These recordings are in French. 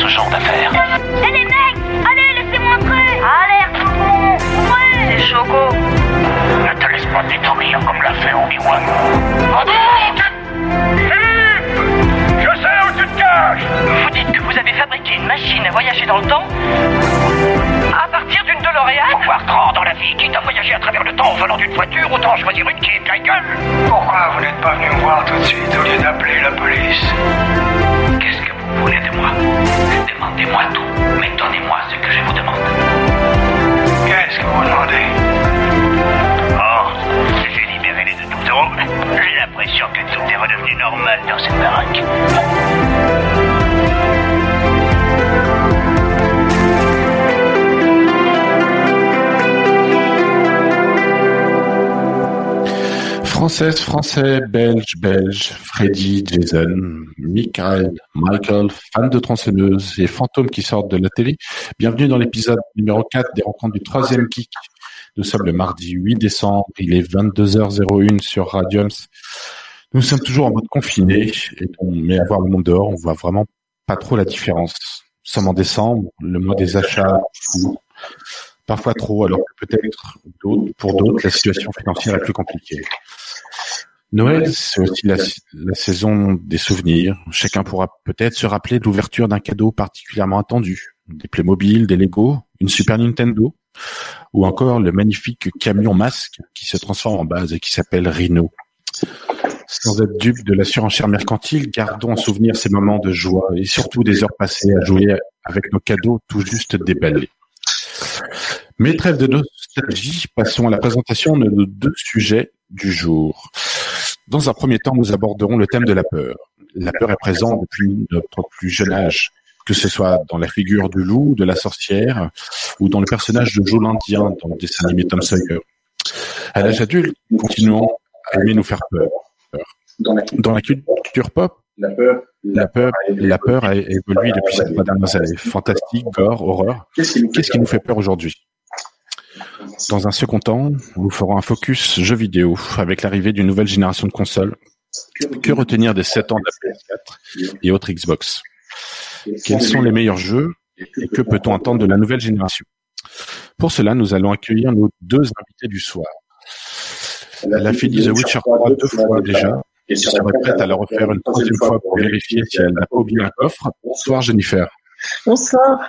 ce genre d'affaires. Eh les mecs, allez, laissez-moi entrer. Alerte, ouais. C'est Choco. Ne te laisse pas détruire comme l'a fait Obi-Wan. Je sais où tu te caches. Vous dites que vous avez fabriqué une machine à voyager dans le temps à partir d'une DeLorean? Pouvoir grand dans la vie, quitte à voyager à travers le temps au volant d'une voiture, autant choisir une qui est pleine gueule. Pourquoi vous n'êtes pas venu me voir tout de suite au lieu d'appeler la police? Qu'est-ce que vous voulez de moi? Demandez-moi tout, mais donnez-moi ce que je vous demande. Qu'est-ce que vous demandez? Oh, j'ai libéré les deux tourtereaux. J'ai l'impression que tout est redevenu normal dans cette baraque. Française, français, belge, Freddy, Jason, Michael, fan de tronçonneuse et fantômes qui sortent de la télé. Bienvenue dans l'épisode numéro 4 des rencontres du 3e Geek. Nous sommes le mardi 8 décembre, il est 22h01 sur Radiums. Nous sommes toujours en mode confiné, mais à voir le monde dehors, on voit vraiment pas trop la différence. Nous sommes en décembre, le mois des achats fou, parfois trop, alors que peut-être pour d'autres, la situation financière est plus compliquée. Noël, c'est aussi la saison des souvenirs. Chacun pourra peut-être se rappeler de l'ouverture d'un cadeau particulièrement attendu. Des Playmobil, des Lego, une Super Nintendo, ou encore le magnifique camion masque qui se transforme en base et qui s'appelle Rhino. Sans être dupe de la surenchère mercantile, gardons en souvenir ces moments de joie et surtout des heures passées à jouer avec nos cadeaux tout juste déballés. Mais trêve de nostalgie, passons à la présentation de nos deux sujets du jour. Dans un premier temps, nous aborderons le thème de la peur. La peur est présente depuis notre plus jeune âge, que ce soit dans la figure du loup, de la sorcière, ou dans le personnage de Joe l'Indien dans le dessin animé Tom Sawyer. À l'âge adulte, nous continuons à aimer nous faire peur. Dans la culture pop, la peur a évolué depuis ces 3 dernières années. Fantastique, gore, horreur. Qu'est-ce qui nous fait peur aujourd'hui? Dans un second temps, nous ferons un focus jeux vidéo avec l'arrivée d'une nouvelle génération de consoles. Que retenir des 7 ans de la PS4 et autres Xbox? Quels sont les meilleurs jeux et que peut-on attendre de la nouvelle génération? Pour cela, nous allons accueillir nos 2 invités du soir. Elle a fini The Witcher 3 2 fois déjà et serait prête à la refaire une 3e fois pour vérifier si elle n'a pas oublié un coffre. Bonsoir Jennifer. Bonsoir.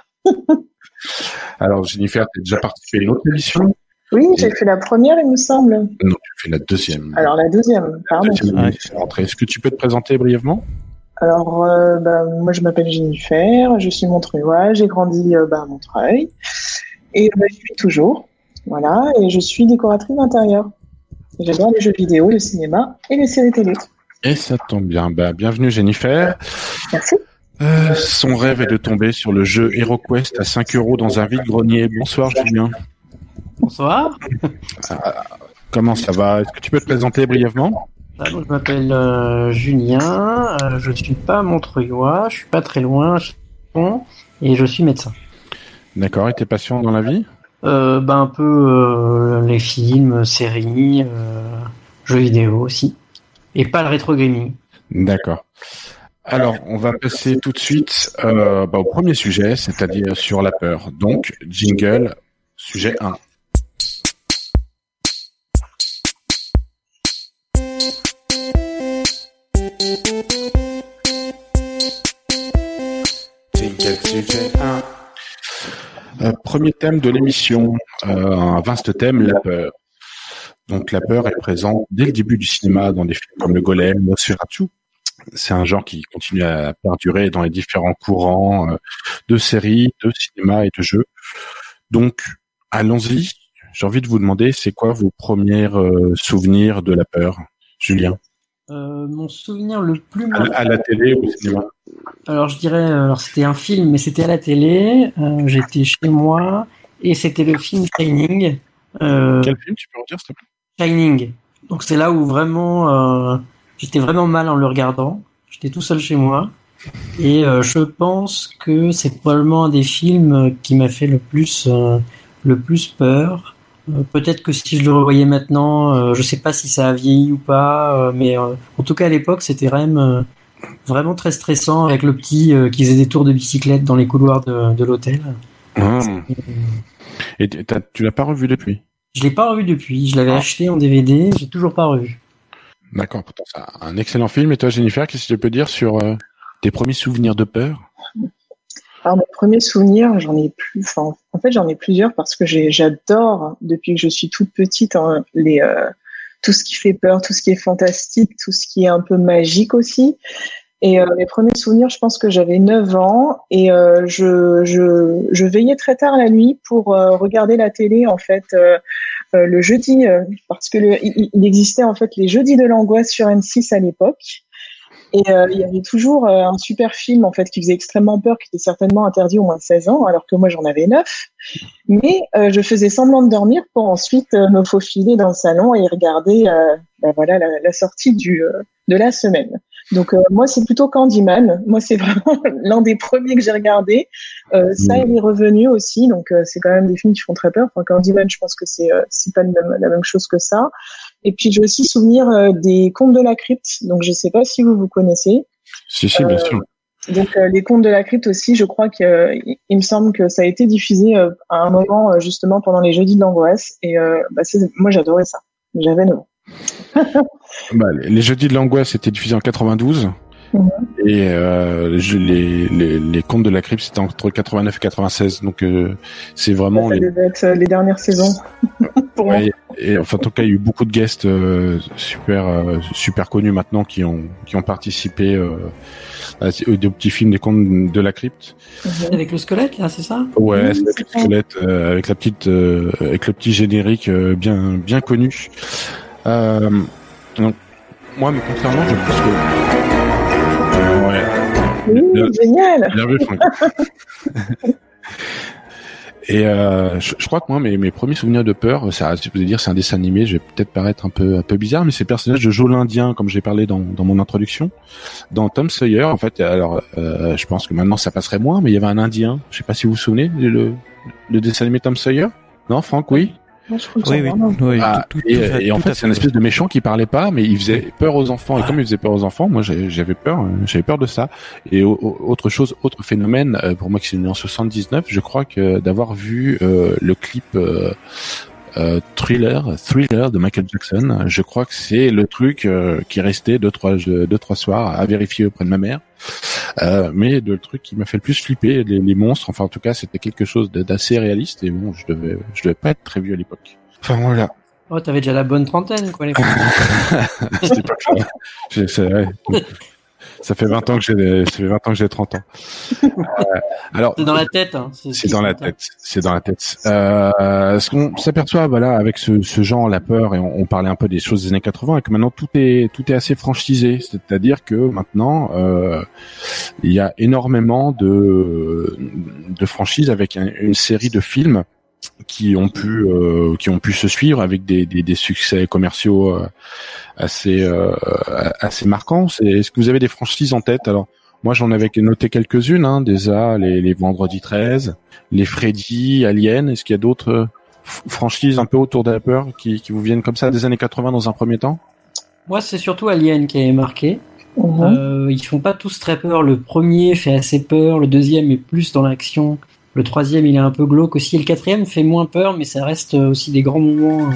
Alors Jennifer, tu as déjà participé à une autre émission? Oui, j'ai fait la première, il me semble. Non, tu fais la 2e. Alors la 2e, pardon. Est-ce que tu peux te présenter brièvement? Alors, moi je m'appelle Jennifer, je suis montreuilloise, j'ai grandi à Montreuil et je suis toujours, voilà, et je suis décoratrice d'intérieur. J'adore les jeux vidéo, le cinéma et les séries télé. Et ça tombe bien. Bienvenue Jennifer. Merci. Son rêve est de tomber sur le jeu HeroQuest à 5 € dans un vide-grenier. Bonsoir Julien. Bonsoir. Comment ça va? Est-ce que tu peux te présenter brièvement? Donc, je m'appelle Julien, je suis pas montreuillois, je suis pas très loin, et je suis médecin. D'accord, et tes passions dans la vie? Un peu les films, séries, jeux vidéo aussi. Et pas le rétro gaming. D'accord. Alors, on va passer tout de suite au premier sujet, c'est-à-dire sur la peur. Donc, jingle, sujet 1. Jingle, sujet 1. Premier thème de l'émission, un vaste thème, la peur. Donc la peur est présente dès le début du cinéma dans des films comme Le Golem, Nosferatu. C'est un genre qui continue à perdurer dans les différents courants de séries, de cinéma et de jeux. Donc allons-y. J'ai envie de vous demander, c'est quoi vos premiers souvenirs de la peur, Julien? Mon souvenir le plus à la télé ou au cinéma? Alors je dirais, c'était un film, mais c'était à la télé. J'étais chez moi et c'était le film Shining. Quel film, tu peux redire s'il te plaît? Shining. Donc c'est là où vraiment j'étais vraiment mal en le regardant. J'étais tout seul chez moi et je pense que c'est probablement un des films qui m'a fait le plus peur. Peut-être que si je le revoyais maintenant, je sais pas si ça a vieilli ou pas, mais en tout cas à l'époque c'était Vraiment très stressant avec le petit qui faisait des tours de bicyclette dans les couloirs de l'hôtel. Et tu l'as pas revu depuis? Je l'ai pas revu depuis. Je l'avais acheté en DVD. J'ai toujours pas revu. D'accord. Pourtant, c'est un excellent film. Et toi, Jennifer, qu'est-ce que tu peux dire sur tes premiers souvenirs de peur? Alors, mes premiers souvenirs, j'en ai plusieurs parce que j'adore, depuis que je suis toute petite, hein, tout ce qui fait peur, tout ce qui est fantastique, tout ce qui est un peu magique aussi. Et mes premiers souvenirs, je pense que j'avais 9 ans et je veillais très tard la nuit pour regarder la télé, en fait, le jeudi, parce que il existait en fait les jeudis de l'angoisse sur M6 à l'époque. Et il y avait toujours un super film en fait qui faisait extrêmement peur, qui était certainement interdit au moins de 16 ans, alors que moi j'en avais 9. Mais je faisais semblant de dormir pour ensuite me faufiler dans le salon et regarder la sortie de la semaine. Donc moi c'est plutôt Candyman. Moi c'est vraiment l'un des premiers que j'ai regardé. Ça il est revenu aussi, donc c'est quand même des films qui font très peur. Enfin, Candyman, je pense que c'est pas la même chose que ça. Et puis j'ai aussi souvenir des Contes de la Crypte. Donc je sais pas si vous connaissez. Si, bien sûr. Donc les Contes de la Crypte aussi, je crois que il me semble que ça a été diffusé à un moment justement pendant les jeudis de l'angoisse. Et moi j'adorais ça. J'avais 9 ans. Les jeudis de l'angoisse étaient diffusés en 92. Et les Contes de la Crypte c'était entre 89 et 96, donc c'est vraiment ça devait être les dernières saisons pour moi. Et enfin en tout cas il y a eu beaucoup de guests super connus maintenant qui ont participé aux petits films des Contes de la Crypte. Avec le squelette là, c'est ça? Ouais, avec le squelette, avec avec le petit générique bien connu. Donc, moi, mais contrairement, je pense que génial. Bien vu, Franck. Et je crois que moi, mes premiers souvenirs de peur, ça, je peux dire, c'est un dessin animé. Je vais peut-être paraître un peu bizarre, mais c'est le personnage de Joe l'Indien, comme j'ai parlé dans mon introduction, dans Tom Sawyer. En fait, alors, je pense que maintenant ça passerait moins, mais il y avait un Indien. Je sais pas si vous vous souvenez le dessin animé Tom Sawyer. Non, Franck, oui. Oui. Et en fait, c'est un espèce de méchant qui parlait pas, mais il faisait peur aux enfants. Et comme il faisait peur aux enfants, moi, j'avais peur de ça. Et autre phénomène, pour moi qui suis né en 79, je crois que d'avoir vu le clip Thriller de Michael Jackson, je crois que c'est le truc qui est resté deux trois soirs à vérifier auprès de ma mère. Mais le truc qui m'a fait le plus flipper, les monstres, enfin en tout cas c'était quelque chose d'assez réaliste et bon, je devais pas être très vieux à l'époque. Enfin voilà. Oh, t'avais déjà la bonne trentaine quoi à l'époque. C'était pas clair. C'est vrai. Ça fait 20 ans que j'ai 30 ans. Alors c'est dans la tête hein. C'est dans la tête. Ce qu'on s'aperçoit avec ce genre la peur et on parlait un peu des choses des années 80 et que maintenant tout est assez franchisé, c'est-à-dire que maintenant il y a énormément de franchises avec une série de films qui ont pu se suivre avec des succès commerciaux assez marquants. Est-ce que vous avez des franchises en tête? Alors moi j'en avais noté quelques-unes, hein, déjà les Vendredi 13, les Freddy, Alien. Est-ce qu'il y a d'autres franchises un peu autour de la peur qui vous viennent comme ça des années 80 dans un premier temps? Moi c'est surtout Alien qui est marqué. Ils font pas tous très peur. Le premier fait assez peur, le deuxième est plus dans l'action. Le troisième, il est un peu glauque aussi. Et le quatrième fait moins peur, mais ça reste aussi des grands moments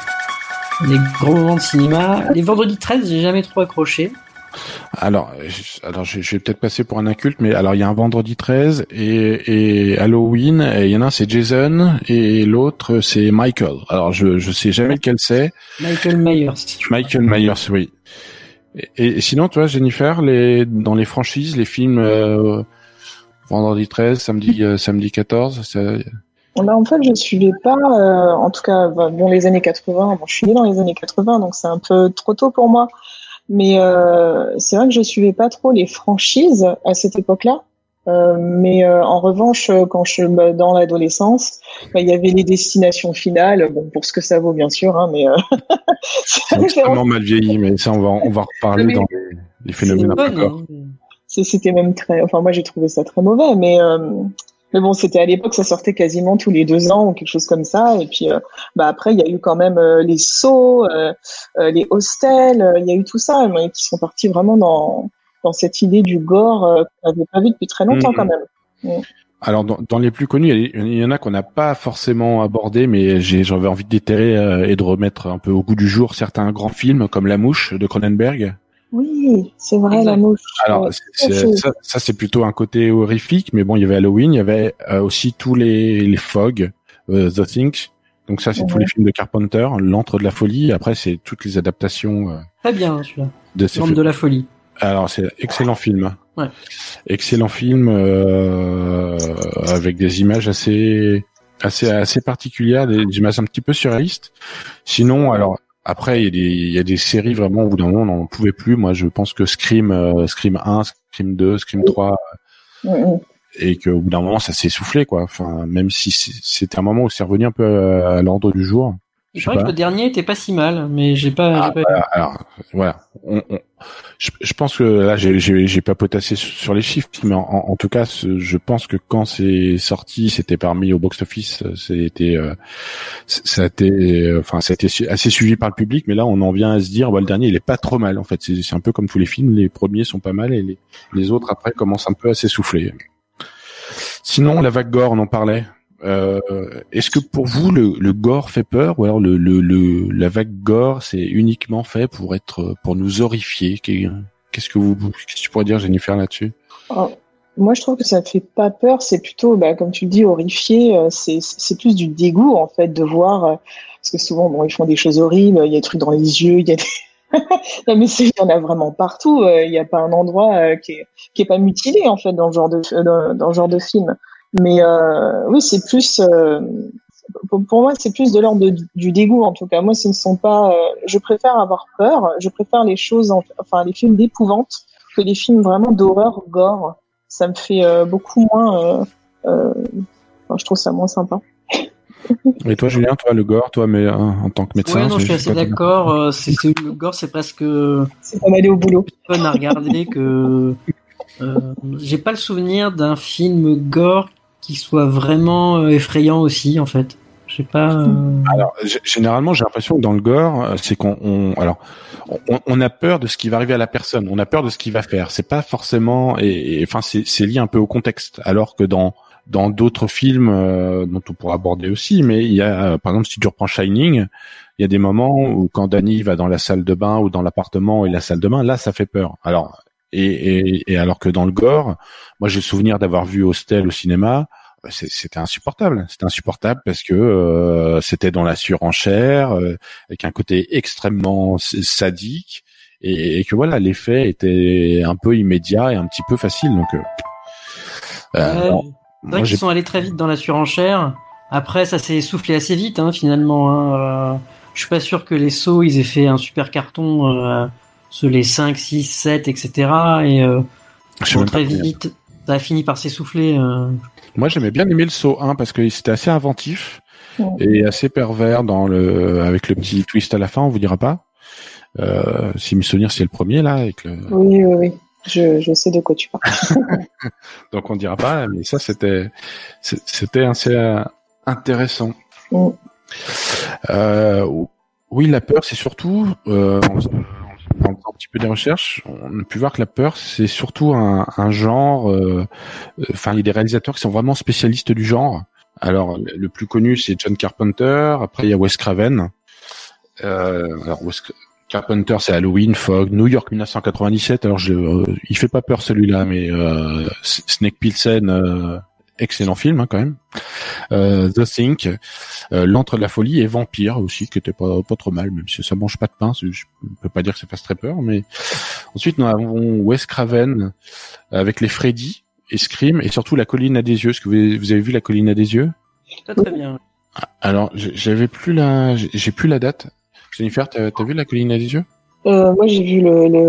de cinéma. Les Vendredi 13, j'ai jamais trop accroché. Alors, je vais peut-être passer pour un inculte, mais alors il y a un Vendredi 13 et Halloween, et il y en a un c'est Jason et l'autre c'est Michael. Alors je sais jamais lequel c'est. Michael Myers, oui. Et sinon, toi, Jennifer, dans les franchises, les films Vendredi 13, samedi 14, en fait, je suivais pas, en tout cas, les années 80. Bon, je suis née dans les années 80, donc c'est un peu trop tôt pour moi. Mais c'est vrai que je suivais pas trop les franchises à cette époque-là. Mais en revanche, quand dans l'adolescence, il y avait les destinations finales. Bon, pour ce que ça vaut, bien sûr, hein, mais c'est extrêmement mal vieilli. Mais ça, on va reparler dans les phénomènes un peu corps. C'était même moi j'ai trouvé ça très mauvais, mais bon, c'était à l'époque, ça sortait quasiment tous les 2 ans ou quelque chose comme ça. Et puis après il y a eu quand même les sauts, les hostels, il y a eu tout ça, qui sont partis vraiment dans cette idée du gore qu'on n'avait pas vu depuis très longtemps quand même. Alors dans les plus connus, il y en a qu'on n'a pas forcément abordé, mais j'avais envie d'éterrer et de remettre un peu au goût du jour certains grands films comme La Mouche de Cronenberg. Oui, c'est vrai, exact. La Mouche. Alors ça c'est plutôt un côté horrifique, mais bon, il y avait Halloween, il y avait aussi tous les Fog, The Thing. Donc ça c'est tous les films de Carpenter, L'Antre de la folie. Après c'est toutes les adaptations. Très bien celui-là. L'Antre de la folie. Alors c'est excellent film. Ouais. Excellent film avec des images assez particulières, des images un petit peu surréalistes. Sinon, alors après il y a des séries vraiment au bout d'un moment on n'en pouvait plus. Moi je pense que Scream 1, Scream 2, Scream 3 et qu'au bout d'un moment ça s'est essoufflé quoi. Enfin même si c'était un moment où c'est revenu un peu à l'ordre du jour. C'est vrai que le dernier était pas si mal, mais j'ai pas. Alors voilà, je pense que là j'ai pas potassé sur les chiffres, mais en tout cas, je pense que quand c'est sorti, c'était parmi au box-office, ça a été assez suivi par le public, mais là on en vient à se dire, le dernier il est pas trop mal en fait. C'est un peu comme tous les films, les premiers sont pas mal et les autres après commencent un peu à s'essouffler. Sinon, la vague gore, on en parlait. Est-ce que pour vous le gore fait peur ou alors la vague gore c'est uniquement fait pour nous horrifier? Qu'est-ce que tu pourrais dire, Jennifer, là-dessus? Moi je trouve que ça fait pas peur, c'est plutôt comme tu le dis, horrifié. C'est plus du dégoût en fait de voir parce que souvent ils font des choses horribles, il y a des trucs dans les yeux, il y a des non mais il y en a vraiment partout, il y a pas un endroit qui est pas mutilé en fait dans le genre de film. Mais oui, c'est plus pour moi, c'est plus de l'ordre du dégoût en tout cas. Moi, ce ne sont pas. Je préfère avoir peur. Je préfère les choses, les films d'épouvante que les films vraiment d'horreur gore. Ça me fait beaucoup moins. Je trouve ça moins sympa. Et toi, Julien, le gore, mais en tant que médecin. Ouais, non, je suis assez d'accord. Le gore, c'est presque. C'est comme aller au boulot. Fun à regarder que. J'ai pas le souvenir d'un film gore qui soit vraiment effrayant aussi en fait. Je sais pas. Alors généralement j'ai l'impression que dans le gore c'est qu'on a peur de ce qui va arriver à la personne, on a peur de ce qu'il va faire. C'est pas forcément c'est lié un peu au contexte. Alors que dans d'autres films dont on pourra aborder aussi, mais il y a par exemple si tu reprends Shining, il y a des moments où quand Danny va dans la salle de bain ou dans l'appartement et la salle de bain, là ça fait peur. Alors et alors que dans le gore, moi j'ai le souvenir d'avoir vu Hostel au cinéma, c'était insupportable. C'était insupportable parce que c'était dans la surenchère, avec un côté extrêmement sadique, et que voilà, l'effet était un peu immédiat et un petit peu facile. Donc, c'est vrai qu'ils sont allés très vite dans la surenchère. Après, ça s'est essoufflé assez vite, finalement. Je suis pas sûr que les Saw ils aient fait un super carton. Sur les 5, 6, 7, etc. Et très vite, ça a fini par s'essouffler. Moi, j'aimais bien aimer le Saw 1 parce que c'était assez inventif et assez pervers avec le petit twist à la fin, on vous dira pas. Si mes souvenirs, c'est le premier, là, avec le... Oui. Je sais de quoi tu parles. Donc, on dira pas, mais ça, c'était assez intéressant. Oui, la peur, c'est surtout... un petit peu des recherches, on a pu voir que la peur, c'est surtout un genre. Il y a des réalisateurs qui sont vraiment spécialistes du genre. Alors, le plus connu, c'est John Carpenter. Après, il y a Wes Craven. Wes Carpenter, c'est Halloween, Fog, New York 1997. Alors, il fait pas peur celui-là, mais Snake Plissken, excellent film quand même. The Thing, L'Antre de la folie et Vampire aussi, qui était pas trop mal, même si ça mange pas de pain. Je peux pas dire que ça fasse très peur, mais ensuite nous avons Wes Craven avec les Freddy et Scream et surtout La Colline à des yeux. Est-ce que vous avez vu La Colline à des yeux? Très bien. Alors j'ai plus la date. Jennifer, t'as vu La Colline à des yeux? Moi j'ai vu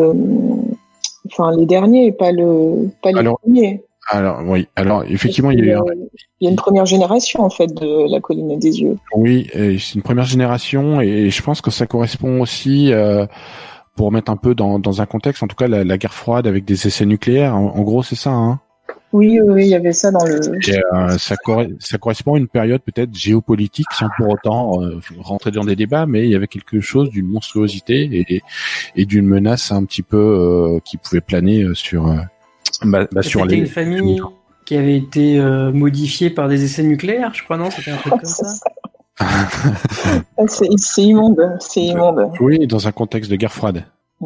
les derniers, pas les premiers. Alors oui, effectivement il y a une première génération en fait de La Colline à des yeux. Oui, c'est une première génération et je pense que ça correspond aussi pour mettre un peu dans un contexte, en tout cas la guerre froide avec des essais nucléaires. En gros, c'est ça. Oui, il y avait ça dans le. Et, ça correspond à une période peut-être géopolitique, sans pour autant rentrer dans des débats, mais il y avait quelque chose d'une monstruosité et d'une menace un petit peu qui pouvait planer sur sur les. C'était une famille qui avait été modifiée par des essais nucléaires, je crois, non? C'était un truc comme ça. C'est immonde, c'est immonde. Oui, dans un contexte de guerre froide.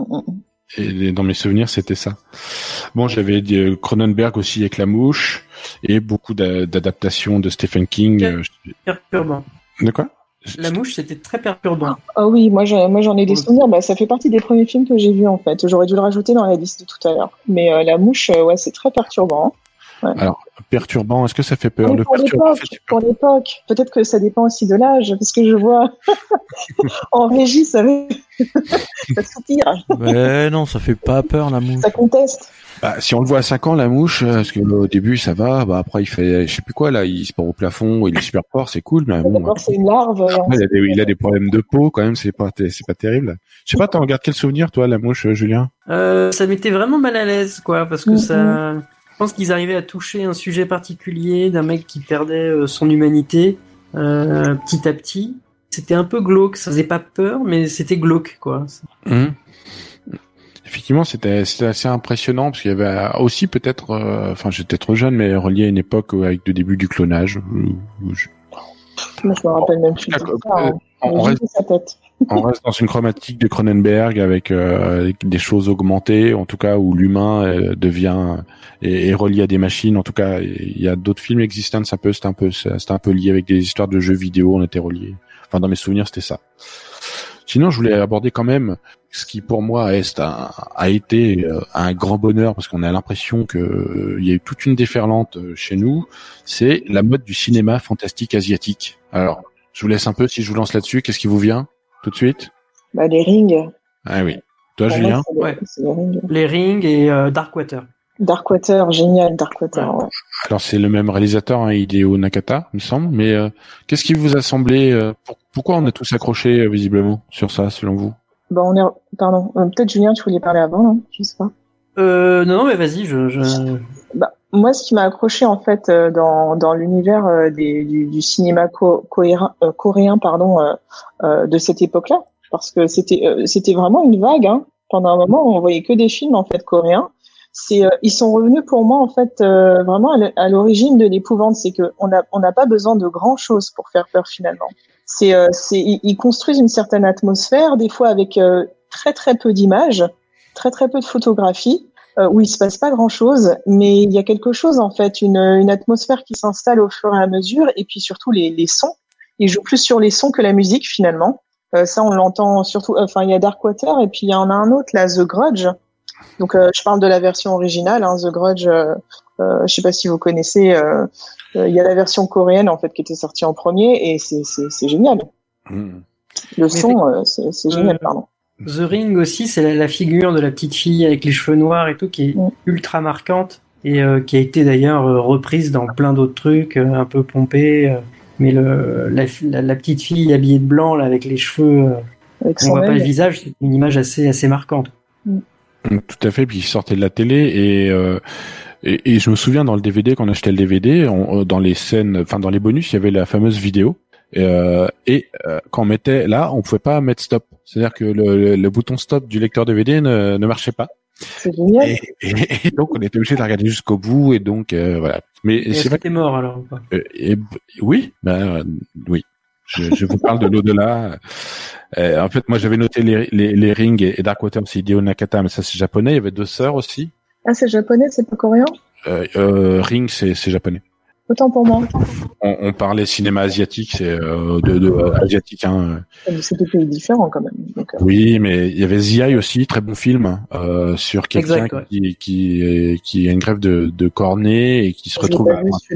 Et dans mes souvenirs, c'était ça. Bon, j'avais dit Cronenberg aussi avec La Mouche et beaucoup d'adaptations de Stephen King. Perturbant. De quoi? La Mouche, c'était très perturbant. Ah oui, moi j'en ai des souvenirs. Ça fait partie des premiers films que j'ai vus en fait. J'aurais dû le rajouter dans la liste de tout à l'heure. Mais La Mouche, c'est très perturbant. Ouais. Alors, perturbant, est-ce que ça fait peur? Pour l'époque, peut-être que ça dépend aussi de l'âge, parce que je vois en régie, ça soupire. Mais non, ça fait pas peur, La Mouche. Ça conteste. Si on le voit à 5 ans, La Mouche, parce que au début ça va, après il fait, je sais plus quoi là, il se part au plafond, il est super fort, c'est cool, mais bon. C'est une larve. Il a des problèmes de peau quand même, c'est pas terrible. Je sais pas, t'en regardes quel souvenir toi, La Mouche, Julien? Ça m'était vraiment mal à l'aise, quoi, parce que ça. Je pense qu'ils arrivaient à toucher un sujet particulier d'un mec qui perdait son humanité petit à petit. C'était un peu glauque, ça faisait pas peur, mais c'était glauque, quoi. Effectivement, c'était assez impressionnant parce qu'il y avait aussi peut-être, j'étais trop jeune, mais relié à une époque avec le début du clonage. Moi, je me rappelle même plus de ça. On reste dans une chromatique de Cronenberg avec des choses augmentées, en tout cas où l'humain devient est relié à des machines. En tout cas, il y a d'autres films existants, c'était un peu lié avec des histoires de jeux vidéo, on était reliés. Enfin, dans mes souvenirs, c'était ça. Sinon, je voulais aborder quand même ce qui, pour moi, a été un grand bonheur parce qu'on a l'impression que il y a eu toute une déferlante chez nous. C'est la mode du cinéma fantastique asiatique. Alors, je vous laisse un peu si je vous lance là-dessus. Qu'est-ce qui vous vient tout de suite? Les Rings. Ah oui. Toi, Julien? Ouais. Les Rings et Darkwater. Darkwater, génial, Darkwater. Ouais. Alors c'est le même réalisateur, Hideo Nakata, il me semble. Mais qu'est-ce qui vous a semblé pourquoi on a tous accroché visiblement sur ça, selon vous? Pardon. Peut-être Julien, tu voulais parler avant, non? Je sais pas. Non, mais vas-y. Moi, ce qui m'a accroché en fait dans l'univers du cinéma coréen, de cette époque-là, parce que c'était vraiment une vague. Pendant un moment, on voyait que des films en fait coréens. Ils sont revenus pour moi en fait vraiment à l'origine de l'épouvante. C'est que on n'a pas besoin de grand chose pour faire peur finalement. Ils construisent une certaine atmosphère, des fois avec très très peu d'images, très très peu de photographies, où il se passe pas grand chose, mais il y a quelque chose en fait, une atmosphère qui s'installe au fur et à mesure, et puis surtout les sons. Ils jouent plus sur les sons que la musique finalement. Ça on l'entend surtout. Il y a Darkwater et puis il y en a un autre là, The Grudge. Donc je parle de la version originale, The Grudge. Je sais pas si vous connaissez. Il y a la version coréenne en fait qui était sortie en premier et c'est génial. Le son, c'est génial, pardon. The Ring aussi, c'est la figure de la petite fille avec les cheveux noirs et tout qui est ultra marquante et qui a été d'ailleurs reprise dans plein d'autres trucs un peu pompés. Mais la petite fille habillée de blanc là avec les cheveux, on voit pas le visage, c'est une image assez marquante. Tout à fait, puis il sortait de la télé et je me souviens dans le DVD, quand on achetait le DVD, dans les scènes, dans les bonus, il y avait la fameuse vidéo. Quand on mettait là, on pouvait pas mettre stop. C'est-à-dire que le bouton stop du lecteur DVD ne marchait pas. C'est génial. Et donc on était obligé de la regarder jusqu'au bout et donc voilà. Mais c'est vrai que t'es mort alors. Oui, oui. Je vous parle de l'au-delà. En fait, moi j'avais noté les Rings et Darkwater, c'est Hideo Nakata, mais ça c'est japonais. Il y avait deux sœurs aussi. Ah, c'est japonais, c'est pas coréen? Ring, c'est japonais. Autant pour moi. On parlait cinéma asiatique, c'est asiatique. C'est deux pays différents quand même. Donc, Oui, mais il y avait The Eye aussi, très bon film sur quelqu'un qui a une greffe de cornée et qui se retrouve.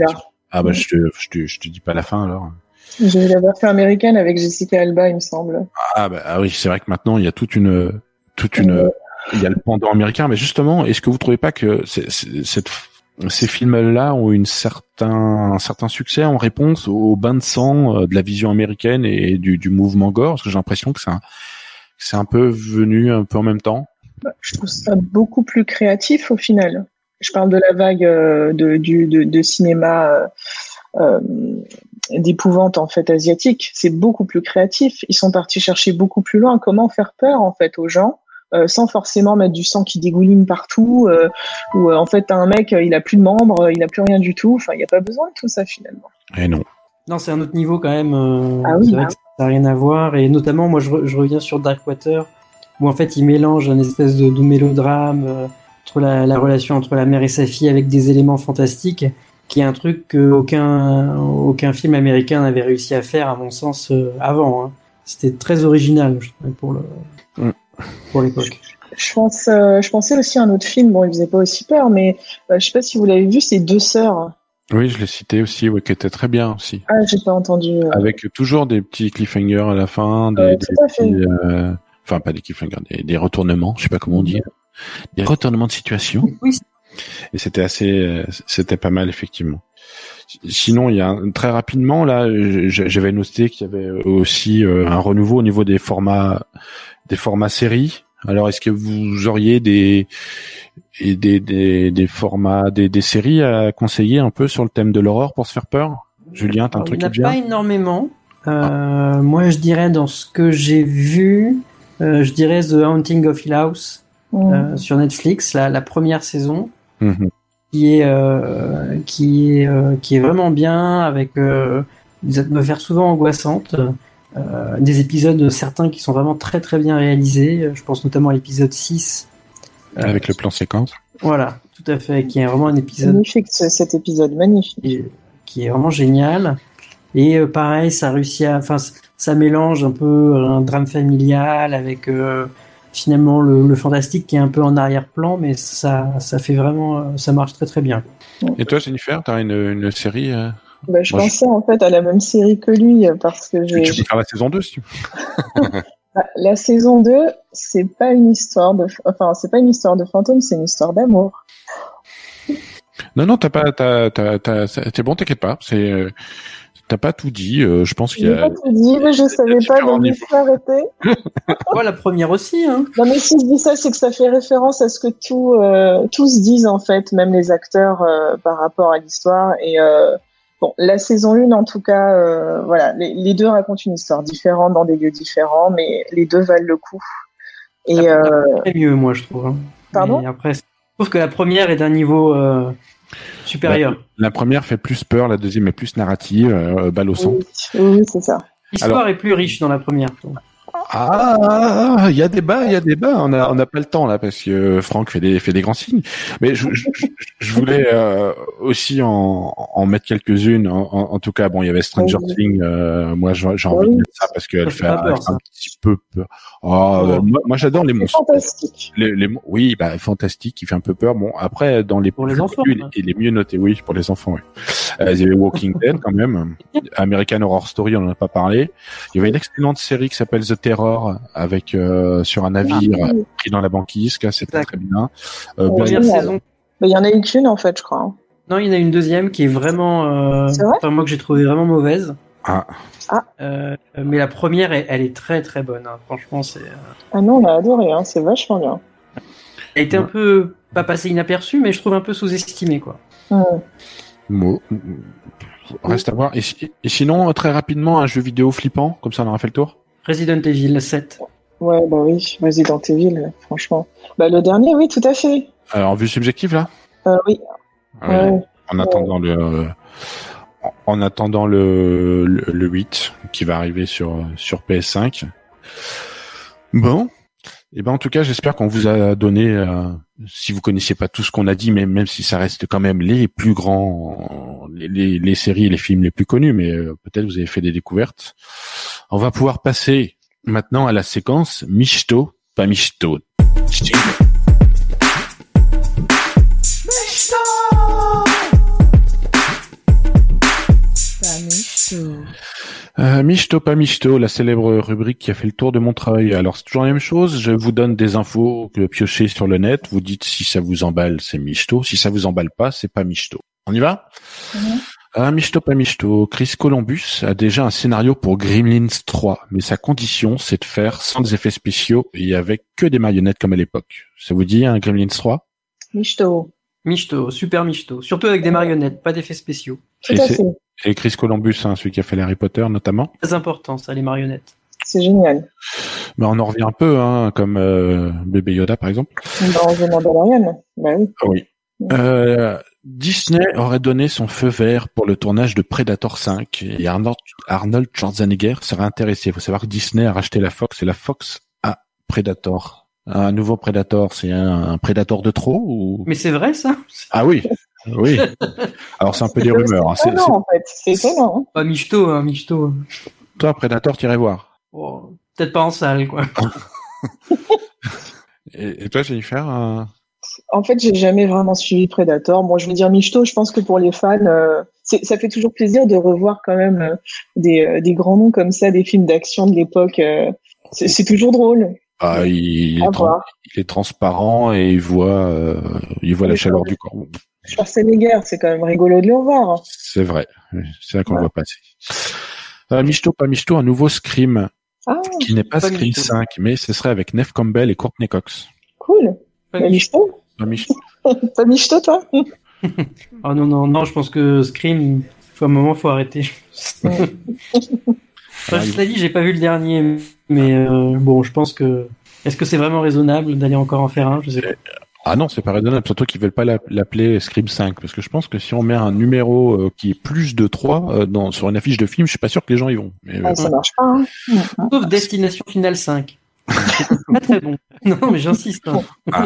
Je te dis pas la fin alors. J'ai vu la version américaine avec Jessica Alba, il me semble. Oui, c'est vrai que maintenant il y a il y a le pendant américain, mais justement, est-ce que vous trouvez pas que ces films-là ont un certain succès en réponse au bain de sang de la vision américaine et du mouvement gore? Parce que j'ai l'impression que c'est un peu venu un peu en même temps. Je trouve ça beaucoup plus créatif au final. Je parle de la vague de cinéma d'épouvante en fait asiatique. C'est beaucoup plus créatif. Ils sont partis chercher beaucoup plus loin. Comment faire peur en fait aux gens sans forcément mettre du sang qui dégouline partout. Ou en fait t'as un mec, il a plus de membres, il a plus rien du tout. Enfin, il n'y a pas besoin de tout ça finalement. Et non. Non, c'est un autre niveau quand même. Oui, c'est vrai que ça n'a rien à voir. Et notamment, moi, je reviens sur Darkwater, où en fait, il mélange un espèce de mélodrame entre la relation entre la mère et sa fille avec des éléments fantastiques, qui est un truc qu'aucun film américain n'avait réussi à faire, à mon sens, avant. Hein. C'était très original, je trouvais, pour l'époque. Je pensais aussi à un autre film. Bon, il faisait pas aussi peur, mais je sais pas si vous l'avez vu, c'est Deux sœurs. Oui, je l'ai cité aussi, qui était très bien aussi. Ah, j'ai pas entendu. Avec toujours des petits cliffhangers à la fin, tout à fait. Enfin pas des cliffhangers, des retournements, je sais pas comment on dit, des retournements de situation. Oui. Et c'était pas mal effectivement. Sinon, il y a très rapidement là, j'avais noté qu'il y avait aussi un renouveau au niveau des formats séries. Alors, est-ce que vous auriez des formats, des séries à conseiller un peu sur le thème de l'horreur pour se faire peur? Julien, t'as un truc à dire? Il n'y en a pas énormément. Moi, je dirais dans ce que j'ai vu, je dirais The Haunting of Hill House sur Netflix, la première saison, qui est vraiment bien, avec des atmosphères souvent angoissantes. Des épisodes certains qui sont vraiment très très bien réalisés, je pense notamment à l'épisode 6 avec le plan séquence. Voilà, tout à fait, qui est vraiment un épisode magnifique, cet épisode magnifique, qui est vraiment génial. Et pareil, ça réussit ça mélange un peu un drame familial avec finalement le fantastique qui est un peu en arrière-plan, mais ça fait vraiment, ça marche très très bien. Et toi, Jennifer, t'as une série je pensais en fait à la même série que lui, parce que tu peux faire la saison 2 si tu veux. La saison 2, c'est pas une histoire de fantôme, c'est une histoire d'amour. Non, t'es bon, t'inquiète pas, t'as pas tout dit, je pense qu'il y a... J'ai pas tout dit, mais je savais pas, donc il faut arrêter. La première aussi, hein. Non, mais si je dis ça, c'est que ça fait référence à ce que tous disent, en fait, même les acteurs, par rapport à l'histoire. Et bon, la saison 1, en tout cas, voilà, les deux racontent une histoire différente dans des lieux différents, mais les deux valent le coup. Et c'est mieux, moi, je trouve. Hein. Pardon ? Mais après, je trouve que la première est d'un niveau supérieur. La première fait plus peur, la deuxième est plus narrative, balle au centre. Oui, c'est ça. L'histoire est plus riche dans la première. Ah, il y a débat. On n'a pas le temps là parce que Franck fait des grands signes. Mais je voulais aussi en mettre quelques-unes. En tout cas, bon, il y avait Stranger Things. Moi, j'ai envie de mettre ça parce qu'elle fait un petit peu peur. Moi, j'adore les monstres. Fantastique. Oui, fantastique, qui fait un peu peur. Bon, après, dans les pour les enfants, et les mieux notés, oui, pour les enfants. Oui. Il y avait Walking Dead quand même. American Horror Story, on en a pas parlé. Il y avait une excellente série qui s'appelle The Terror avec sur un navire pris dans la banquise, c'était très bien. Première saison. Il y en a eu qu'une en fait, je crois. Hein. Non, il y en a une deuxième qui est vraiment, moi que j'ai trouvé vraiment mauvaise. Mais la première, elle est très très bonne. Hein. Franchement, c'est. Ah non, on a adoré. Hein. C'est vachement bien. Elle a été un peu pas passée inaperçue, mais je trouve un peu sous-estimée, quoi. Reste à voir. Et sinon, très rapidement, un jeu vidéo flippant, comme ça on aura fait le tour. Resident Evil 7. Ouais, oui, Resident Evil, franchement. Le dernier, oui, tout à fait. En vue subjective, là? Oui. En attendant le 8 qui va arriver sur PS5. Bon. Et en tout cas, j'espère qu'on vous a donné, si vous connaissiez pas tout ce qu'on a dit, mais même si ça reste quand même les plus grands, les séries et les films les plus connus, mais peut-être vous avez fait des découvertes. On va pouvoir passer maintenant à la séquence Michto, pas Michto. Michto, pas Michto, la célèbre rubrique qui a fait le tour de Montreuil. Alors c'est toujours la même chose, je vous donne des infos que piochez sur le net, vous dites si ça vous emballe, c'est Michto, si ça vous emballe pas, c'est pas Michto. On y va? Michto, pas Michto, Chris Columbus a déjà un scénario pour Gremlins 3, mais sa condition c'est de faire sans effets spéciaux et avec que des marionnettes comme à l'époque. Ça vous dit un Gremlins 3? Michto. Michto, super Michto. Surtout avec des marionnettes, pas d'effets spéciaux. Tout à fait. Et Chris Columbus, hein, celui qui a fait les Harry Potter notamment. Très important, ça, les marionnettes. C'est génial. Mais on en revient un peu, hein, comme Bébé Yoda par exemple. Dans The Mandalorian. Bah oui. Oui. Disney aurait donné son feu vert pour le tournage de Predator 5 et Arnold Schwarzenegger serait intéressé. Il faut savoir que Disney a racheté la Fox et la Fox a Predator. Un nouveau Predator, c'est un Predator de trop ou... Mais c'est vrai, ça? Ah oui, oui. Alors c'est un peu des rumeurs. Hein. C'est étonnant, en fait. C'est étonnant. Hein. Pas Michto, hein, Michto. Toi, Predator, t'irais voir. Oh, peut-être pas en salle, quoi. Et toi, Jennifer En fait, j'ai jamais vraiment suivi Predator. Bon, je veux dire Michto, je pense que pour les fans, ça fait toujours plaisir de revoir quand même des grands noms comme ça, des films d'action de l'époque. C'est toujours drôle. Ah, il est transparent et il voit la chaleur du corps. Schwarzenegger, c'est quand même rigolo de le revoir. C'est vrai, c'est là qu'on le voit passer. Michto, pas Michto, un nouveau Scream qui n'est pas Scream Michto. 5, mais ce serait avec Neve Campbell et Courtney Cox. Cool. Pas Michto. Pas Michto. Pas Michto, toi. Oh non, je pense que Scream, à un moment, faut arrêter. Cela dit, j'ai pas vu le dernier, mais bon, je pense que... Est-ce que c'est vraiment raisonnable d'aller encore en faire un? Je sais pas. Ah non, c'est pas raisonnable, surtout qu'ils veulent pas l'appeler Scream 5, parce que je pense que si on met un numéro qui est plus de 3 sur une affiche de film, je suis pas sûr que les gens y vont. Mais, ça marche pas. Hein. Sauf Destination Finale 5. C'est pas très bon. Non, mais j'insiste. Hein.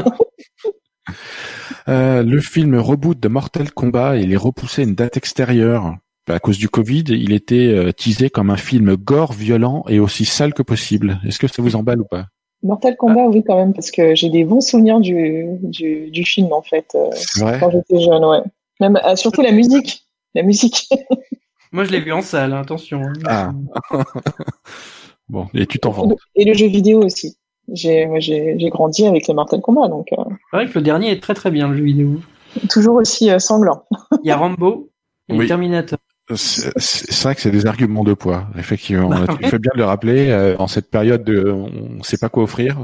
Le film reboot de Mortal Kombat, il est repoussé à une date extérieure. À cause du Covid, il était teasé comme un film gore, violent et aussi sale que possible. Est-ce que ça vous emballe ou pas? Mortal Kombat, oui, quand même, parce que j'ai des bons souvenirs du film, en fait, quand j'étais jeune, ouais. Même, surtout la musique. La musique. Moi, je l'ai vu en salle, attention. Ah. Bon, et tu t'en vantes. Et le jeu vidéo aussi. J'ai grandi avec les Mortal Kombat, donc. C'est vrai que le dernier est très très bien, le jeu vidéo. Toujours aussi sanglant. Il y a Rambo et Terminator. C'est vrai que c'est des arguments de poids, effectivement. Tu fais bien de le rappeler en cette période de on sait pas quoi offrir.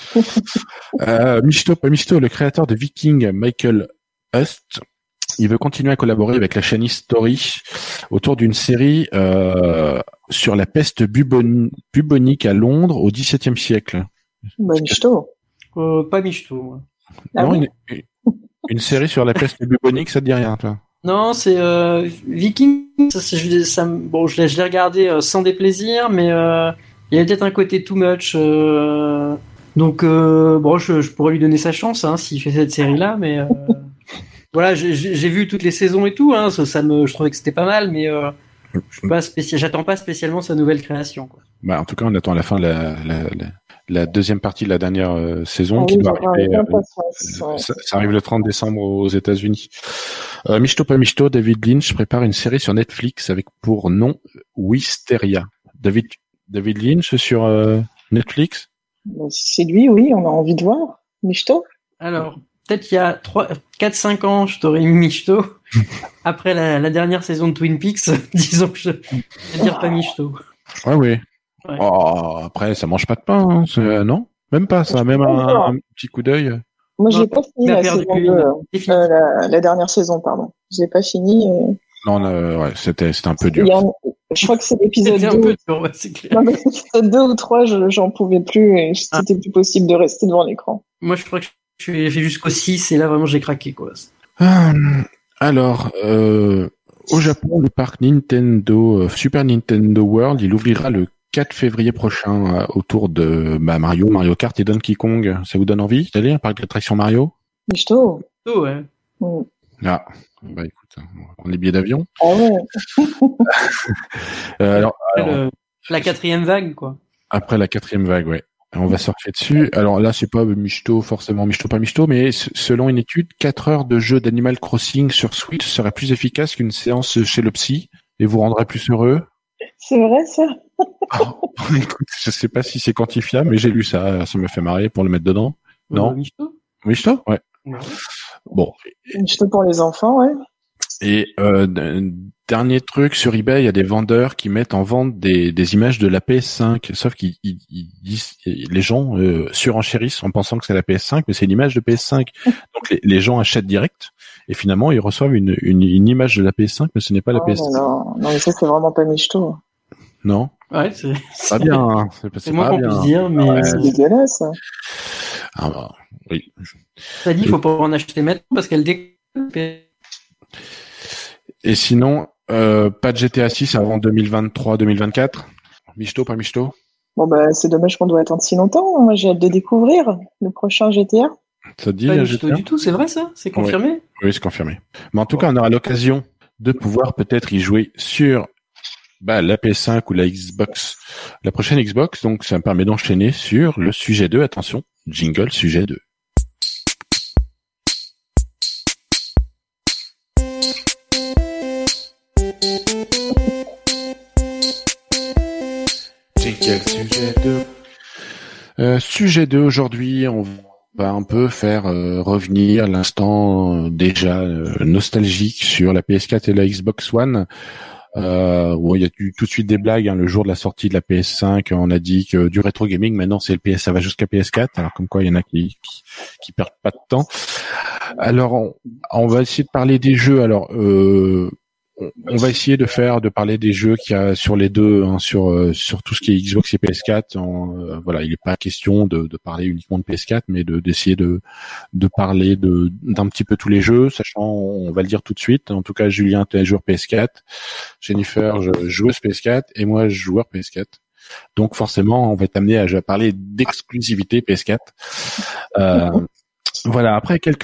Michto, pas Michto, le créateur de Viking, Michael Hust, il veut continuer à collaborer avec la chaîne History autour d'une série sur la peste bubonique à Londres au XVIIe siècle. Bah, Michto. Pas Michto. Non, une série sur la peste bubonique, ça te dit rien, toi? Non, c'est Viking. Bon, je l'ai regardé sans déplaisir, mais il y avait peut-être un côté too much. Donc, bon, je pourrais lui donner sa chance s'il fait cette série-là, mais voilà, j'ai vu toutes les saisons et tout. Je trouvais que c'était pas mal, mais j'attends pas spécialement sa nouvelle création, quoi. Bah, en tout cas, on attend à la fin la deuxième partie de la dernière saison qui va arriver. Ça arrive le 30 décembre aux États-Unis. Michto pas Michto, David Lynch prépare une série sur Netflix avec pour nom Wisteria. David Lynch sur Netflix? C'est lui, oui, on a envie de voir. Michto? Alors, peut-être il y a 4-5 ans, je t'aurais mis Michto. Après la dernière saison de Twin Peaks, disons que je vais dire pas Michto. Ouais, oui. Ouais. Oh, après, ça mange pas de pain, hein, non? Même pas ça, même un petit coup d'œil. Moi, j'ai pas fini la saison 2, la dernière saison, pardon. J'ai pas fini. Non, ouais, c'était un peu dur. Je crois que c'est l'épisode 2. Un peu dur, ouais, c'est clair. Non, l'épisode 2 ou 3, j'en pouvais plus et c'était plus possible de rester devant l'écran. Moi, je crois que j'ai fait jusqu'au 6 et là, vraiment, j'ai craqué, quoi. Alors, au Japon, le parc Nintendo, Super Nintendo World, il ouvrira le 4 février prochain autour de Mario Kart et Donkey Kong. Ça vous donne envie d'aller un parc d'attractions Mario? Michto. Ouais. Ah, bah écoute, on va prendre les billets d'avion. Ah ouais. alors, la 4e vague, quoi. Après la 4e vague, ouais. On va surfer dessus. Alors là, c'est pas Michto, forcément Michto, pas Michto, mais selon une étude, 4 heures de jeu d'Animal Crossing sur Switch serait plus efficace qu'une séance chez le psy et vous rendrait plus heureux. C'est vrai, ça? Écoute, je sais pas si c'est quantifiable, mais j'ai lu ça. Ça me fait marrer pour le mettre dedans. Non? Michto? Ouais. Bon. Michto pour les enfants, ouais. Et Dernier truc, sur eBay, il y a des vendeurs qui mettent en vente des images de la PS5, sauf qu'ils disent, les gens surenchérissent en pensant que c'est la PS5, mais c'est une image de PS5. Donc les gens achètent direct, et finalement ils reçoivent une image de la PS5, mais ce n'est pas la PS5. Non, mais ça c'est vraiment pas michto. Non. Ouais, c'est Pas bien. Hein. C'est moins pas qu'on bien. puisse dire, mais Ouais. C'est dégueulasse. Ah bah, oui. t'as dit, faut pas en acheter maintenant parce qu'elle décolle. Et sinon, pas de GTA 6 avant 2023-2024. Michto, pas Michto. Bon bah c'est dommage qu'on doit attendre si longtemps. Moi j'ai hâte de découvrir le prochain GTA. Ça te dit Pas GTA? du tout, c'est vrai ça? C'est confirmé? Oui, c'est confirmé. Mais en tout cas, on aura l'occasion de pouvoir peut-être y jouer sur la PS5 ou la Xbox, la prochaine Xbox. Donc, ça me permet d'enchaîner sur le sujet 2. Attention, jingle sujet 2. Jingle sujet 2. Sujet 2 aujourd'hui, on va un peu faire revenir l'instant déjà nostalgique sur la PS4 et la Xbox One. Où il y a eu tout de suite des blagues. Hein, le jour de la sortie de la PS5, on a dit que du rétro gaming, maintenant c'est le PS, ça va jusqu'à PS4. Alors comme quoi, il y en a qui perdent pas de temps. Alors on va essayer de parler des jeux. Alors on va essayer de parler des jeux qu'il y a sur les deux, hein, sur tout ce qui est Xbox et PS4. Voilà, il n'est pas question de parler uniquement de PS4, mais d'essayer de parler d'un petit peu tous les jeux, sachant, on va le dire tout de suite. En tout cas, Julien, tu es un joueur PS4, Jennifer, joueuse PS4, et moi, joueur PS4. Donc forcément, on va être amené à parler d'exclusivité PS4. Voilà. Après quelques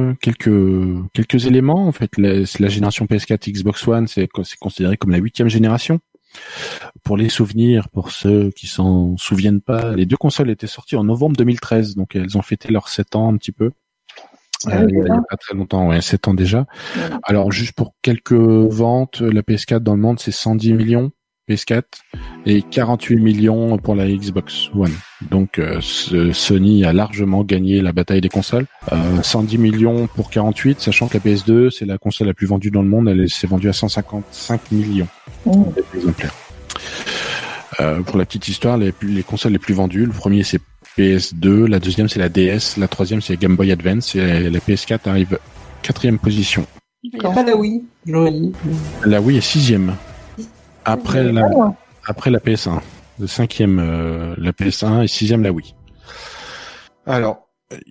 éléments, en fait, la génération PS4 Xbox One, c'est considéré comme la 8e génération. Pour les souvenirs, pour ceux qui s'en souviennent pas, les deux consoles étaient sorties en novembre 2013, donc elles ont fêté leurs 7 ans un petit peu. Il y a pas très longtemps, 7 ans déjà. Ouais. Alors juste pour quelques ventes, la PS4 dans le monde, c'est 110 millions. PS4 et 48 millions pour la Xbox One. Donc Sony a largement gagné la bataille des consoles. 110 millions pour 48, sachant que la PS2 c'est la console la plus vendue dans le monde, elle s'est vendue à 155 millions d'exemplaires. Pour la petite histoire, les consoles les plus vendues, le premier c'est PS2, la deuxième c'est la DS, la troisième c'est Game Boy Advance et la PS4 arrive 4e position. Il n'y a pas la Wii, j'aurais dit. La Wii est 6e. Après la PS1, le 5e la PS1 et 6e la Wii. Alors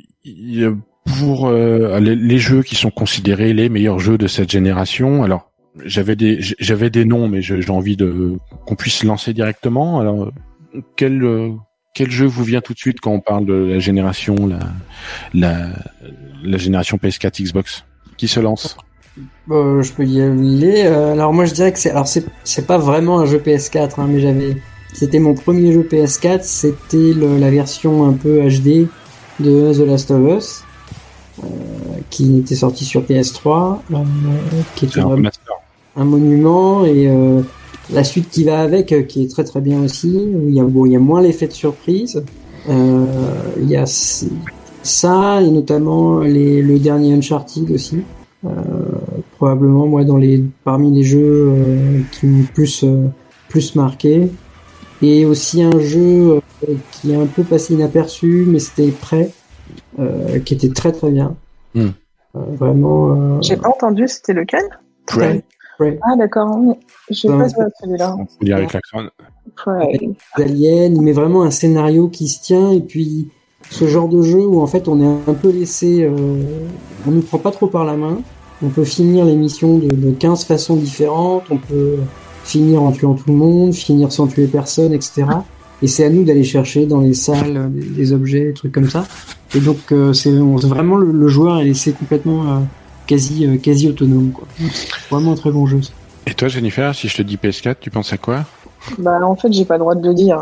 pour les jeux qui sont considérés les meilleurs jeux de cette génération, alors j'avais des noms, mais j'ai envie qu'on puisse lancer directement. Alors quel jeu vous vient tout de suite quand on parle de la génération la génération PS4 Xbox? Qui se lance? Je peux y aller. Alors moi je dirais que c'est pas vraiment un jeu PS4, hein, mais c'était mon premier jeu PS4, c'était la version un peu HD de The Last of Us, qui était sorti sur PS3, qui est un monument, et la suite qui va avec, qui est très très bien aussi, où il y a moins l'effet de surprise. Il y a ça, et notamment le dernier Uncharted aussi. Probablement moi parmi les jeux qui m'ont plus marqué, et aussi un jeu qui est un peu passé inaperçu, mais c'était Prey, qui était très très bien. Vraiment. J'ai pas entendu, c'était lequel? Prey. Ah d'accord, j'ai pas joué à celui-là. On peut dire avec l'accent. Prey. Aliens, mais vraiment un scénario qui se tient, et puis ce genre de jeu où en fait on est un peu laissé, on nous prend pas trop par la main. On peut finir les missions de 15 façons différentes, on peut finir en tuant tout le monde, finir sans tuer personne, etc. Et c'est à nous d'aller chercher dans les salles des objets, des trucs comme ça. Et donc vraiment le joueur est laissé complètement quasi autonome, quoi. Vraiment un très bon jeu. Et toi, Jennifer, si je te dis PS4, tu penses à quoi? En fait, j'ai pas le droit de le dire.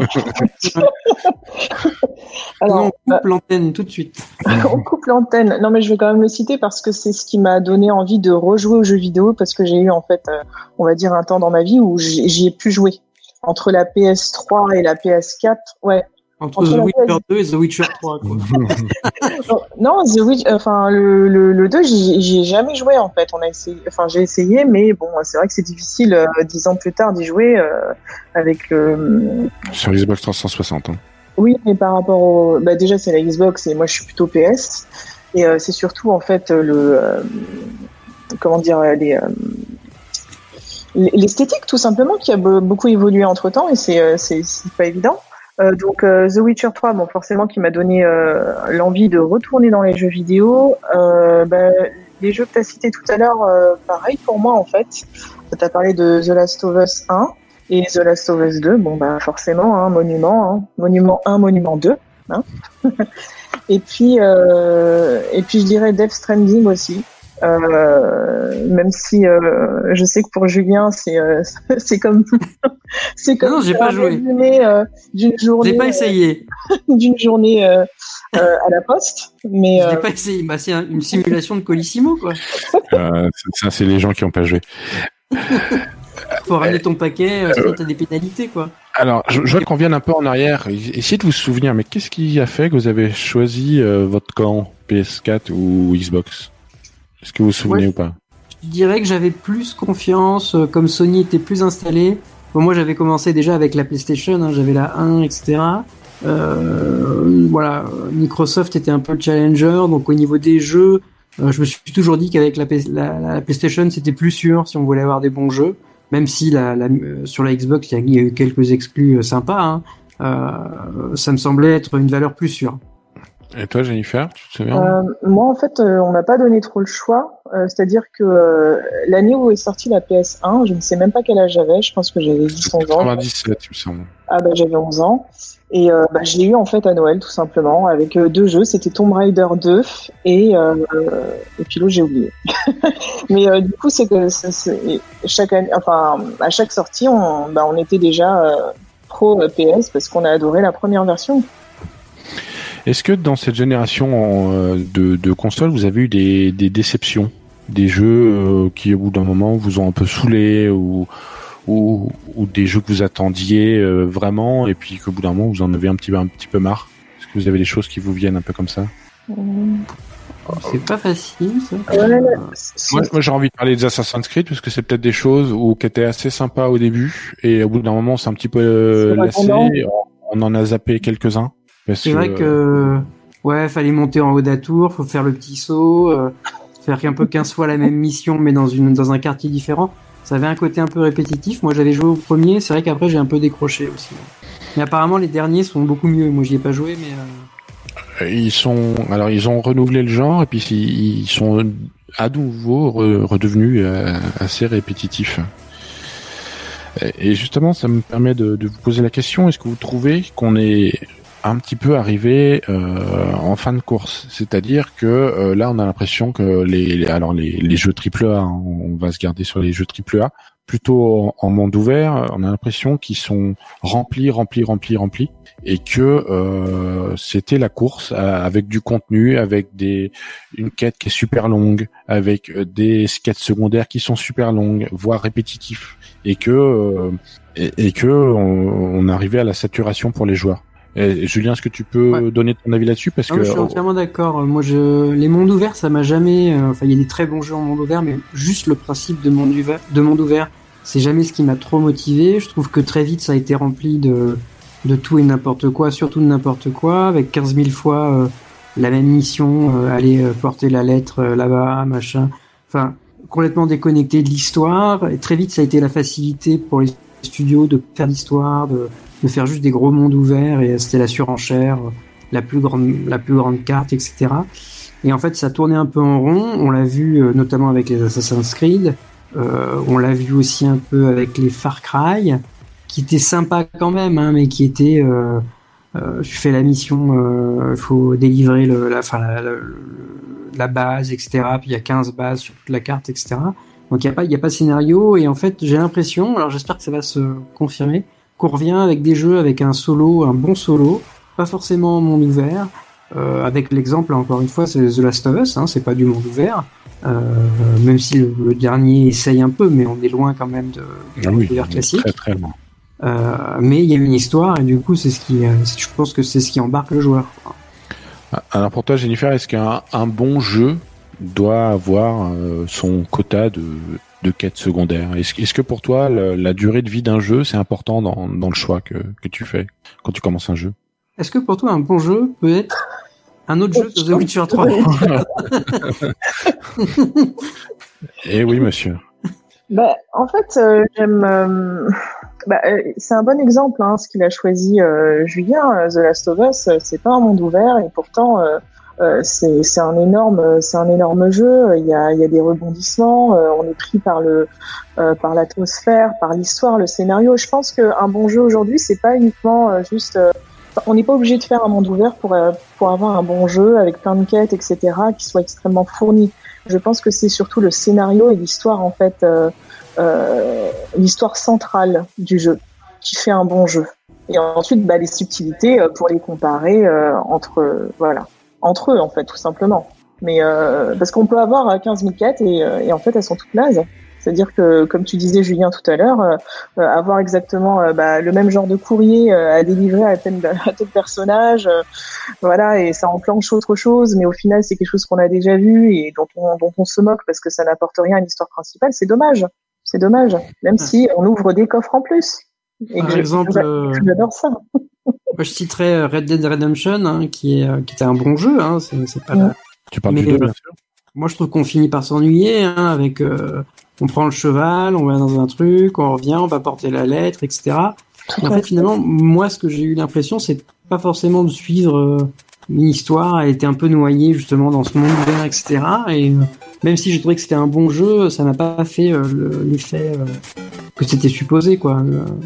Alors, on coupe l'antenne tout de suite. On coupe l'antenne. Non, mais je vais quand même le citer parce que c'est ce qui m'a donné envie de rejouer aux jeux vidéo, parce que j'ai eu en fait, on va dire, un temps dans ma vie où j'y ai pu jouer. Entre la PS3 et la PS4, ouais, Entre The Witcher 2 et The Witcher 3, quoi. Non, The Witcher, le 2, j'y ai jamais joué, en fait. J'ai essayé, mais bon, c'est vrai que c'est difficile, 10 ans plus tard, d'y jouer, avec Sur Xbox 360, hein. Oui, mais par rapport déjà, c'est la Xbox, et moi, je suis plutôt PS. Et c'est surtout, en fait, l'esthétique, tout simplement, qui a beaucoup évolué entre-temps, et c'est pas évident. Donc The Witcher 3, bon, forcément, qui m'a donné l'envie de retourner dans les jeux vidéo. Les jeux que tu as cités tout à l'heure, pareil pour moi, en fait. Tu as parlé de The Last of Us 1 et The Last of Us 2. Bon, forcément, monument 1, monument 2. Hein. Et puis je dirais Death Stranding aussi. Même si je sais que pour Julien c'est comme non, j'ai pas joué d'une journée j'ai pas essayé d'une journée à la poste, mais je l'ai pas essayé. C'est une simulation de Colissimo, quoi. Ça, c'est les gens qui ont pas joué. Faut ramener ton paquet, sinon t'as des pénalités, quoi. Alors, je veux qu'on vienne un peu en arrière. Essayez de vous souvenir, mais qu'est-ce qui a fait que vous avez choisi votre camp PS4 ou Xbox? Est-ce que vous vous souvenez ou pas? Je dirais que j'avais plus confiance, comme Sony était plus installé. Bon, moi, j'avais commencé déjà avec la PlayStation, hein, j'avais la 1, etc. Voilà, Microsoft était un peu le challenger, donc au niveau des jeux, je me suis toujours dit qu'avec la PlayStation, c'était plus sûr si on voulait avoir des bons jeux. Même si sur la Xbox, il y a eu quelques exclus sympas, hein, ça me semblait être une valeur plus sûre. Et toi, Jennifer, tu te souviens? Moi, en fait, on m'a pas donné trop le choix. C'est-à-dire que l'année où est sortie la PS1, je ne sais même pas quel âge j'avais. Je pense que j'avais 10-11 ans. 97, il me semble. Ah j'avais 11 ans. Et je l'ai eu en fait à Noël, tout simplement, avec 2 jeux. C'était Tomb Raider 2 et puis l'autre, j'ai oublié. Mais du coup, c'est que chaque année, à chaque sortie, on était déjà pro PS parce qu'on a adoré la première version. Est-ce que dans cette génération de consoles, vous avez eu des déceptions, des jeux qui au bout d'un moment vous ont un peu saoulé ou des jeux que vous attendiez vraiment et puis qu'au bout d'un moment vous en avez un petit peu marre? Est-ce que vous avez des choses qui vous viennent un peu comme ça? C'est pas facile, ça. Moi, j'ai envie de parler des Assassin's Creed parce que c'est peut-être des choses qui étaient assez sympas au début et au bout d'un moment c'est un petit peu lassé. On en a zappé quelques-uns. C'est vrai que fallait monter en haut de la tour, faut faire le petit saut, faire un peu 15 fois la même mission mais dans un quartier différent. Ça avait un côté un peu répétitif. Moi, j'avais joué au premier, c'est vrai qu'après j'ai un peu décroché aussi. Mais apparemment les derniers sont beaucoup mieux. Moi, j'y ai pas joué, mais ils ont renouvelé le genre et puis ils sont à nouveau redevenus assez répétitifs. Et justement, ça me permet de vous poser la question, est-ce que vous trouvez qu'on est un petit peu arrivé en fin de course? C'est-à-dire que là, on a l'impression que les jeux AAA, hein, on va se garder sur les jeux AAA, plutôt en monde ouvert, on a l'impression qu'ils sont remplis, et que c'était la course avec du contenu, avec une quête qui est super longue, avec des quêtes secondaires qui sont super longues, voire répétitifs, et que on arrivait à la saturation pour les joueurs. Et Julien, est-ce que tu peux donner ton avis là-dessus? Parce que je suis entièrement d'accord. Moi, les mondes ouverts, ça m'a jamais. Il y a des très bons jeux en monde ouvert, mais juste le principe de monde ouvert, c'est jamais ce qui m'a trop motivé. Je trouve que très vite, ça a été rempli de tout et n'importe quoi, surtout de n'importe quoi, avec 15 000 fois la même mission, aller porter la lettre là-bas, machin. Enfin, complètement déconnecté de l'histoire. Et très vite, ça a été la facilité pour les studios de faire l'histoire, de faire juste des gros mondes ouverts, et c'était la surenchère, la plus grande carte, etc. Et en fait, ça tournait un peu en rond. On l'a vu notamment avec les Assassin's Creed. On l'a vu aussi un peu avec les Far Cry, qui étaient sympas quand même, hein, mais qui étaient tu fais la mission, faut délivrer la base, etc. Puis il y a 15 bases sur toute la carte, etc. Donc il y a pas de scénario, et en fait, j'ai l'impression, alors j'espère que ça va se confirmer, qu'on revient avec des jeux avec un bon solo, pas forcément en monde ouvert, avec l'exemple, encore une fois, c'est The Last of Us, hein, c'est pas du monde ouvert, même si le dernier essaye un peu, mais on est loin quand même du monde ouvert classique. Très très loin. mais il y a une histoire et du coup je pense que c'est ce qui embarque le joueur. Alors pour toi, Jennifer, est-ce qu'un bon jeu doit avoir son quota de quêtes secondaires? Est-ce que pour toi, la durée de vie d'un jeu, c'est important dans le choix que tu fais quand tu commences un jeu? Est-ce que pour toi, un bon jeu peut être un autre jeu de The Witcher 3? Eh oui, monsieur. En fait, j'aime. C'est un bon exemple, ce qu'il a choisi, Julien. The Last of Us, c'est pas un monde ouvert et pourtant c'est un énorme jeu. Il y a des rebondissements. On est pris par l'atmosphère, par l'histoire, le scénario. Je pense qu'un bon jeu aujourd'hui, c'est pas uniquement juste. On n'est pas obligé de faire un monde ouvert pour avoir un bon jeu avec plein de quêtes, etc., qui soit extrêmement fourni. Je pense que c'est surtout le scénario et l'histoire, en fait, l'histoire centrale du jeu qui fait un bon jeu. Et ensuite, les subtilités pour les comparer entre eux, en fait, tout simplement. Mais parce qu'on peut avoir 15 000 quêtes et en fait, elles sont toutes nazes. C'est-à-dire que, comme tu disais, Julien, tout à l'heure, avoir exactement le même genre de courrier à délivrer à tel personnage, et ça enclenche autre chose, mais au final, c'est quelque chose qu'on a déjà vu et dont on se moque parce que ça n'apporte rien à l'histoire principale. C'est dommage. C'est dommage. Même si on ouvre des coffres en plus. Et par exemple, j'adore ça. Moi, je citerais Red Dead Redemption, qui était un bon jeu. C'est pas. Tu parles du 2, bien sûr. Moi, je trouve qu'on finit par s'ennuyer avec. On prend le cheval, on va dans un truc, on revient, on va porter la lettre, etc. Et en fait, finalement, moi, ce que j'ai eu l'impression, c'est pas forcément de suivre une histoire. Elle était un peu noyée justement dans ce monde ouvert, etc. Et même si j'ai trouvé que c'était un bon jeu, ça n'a pas fait l'effet que c'était supposé, quoi.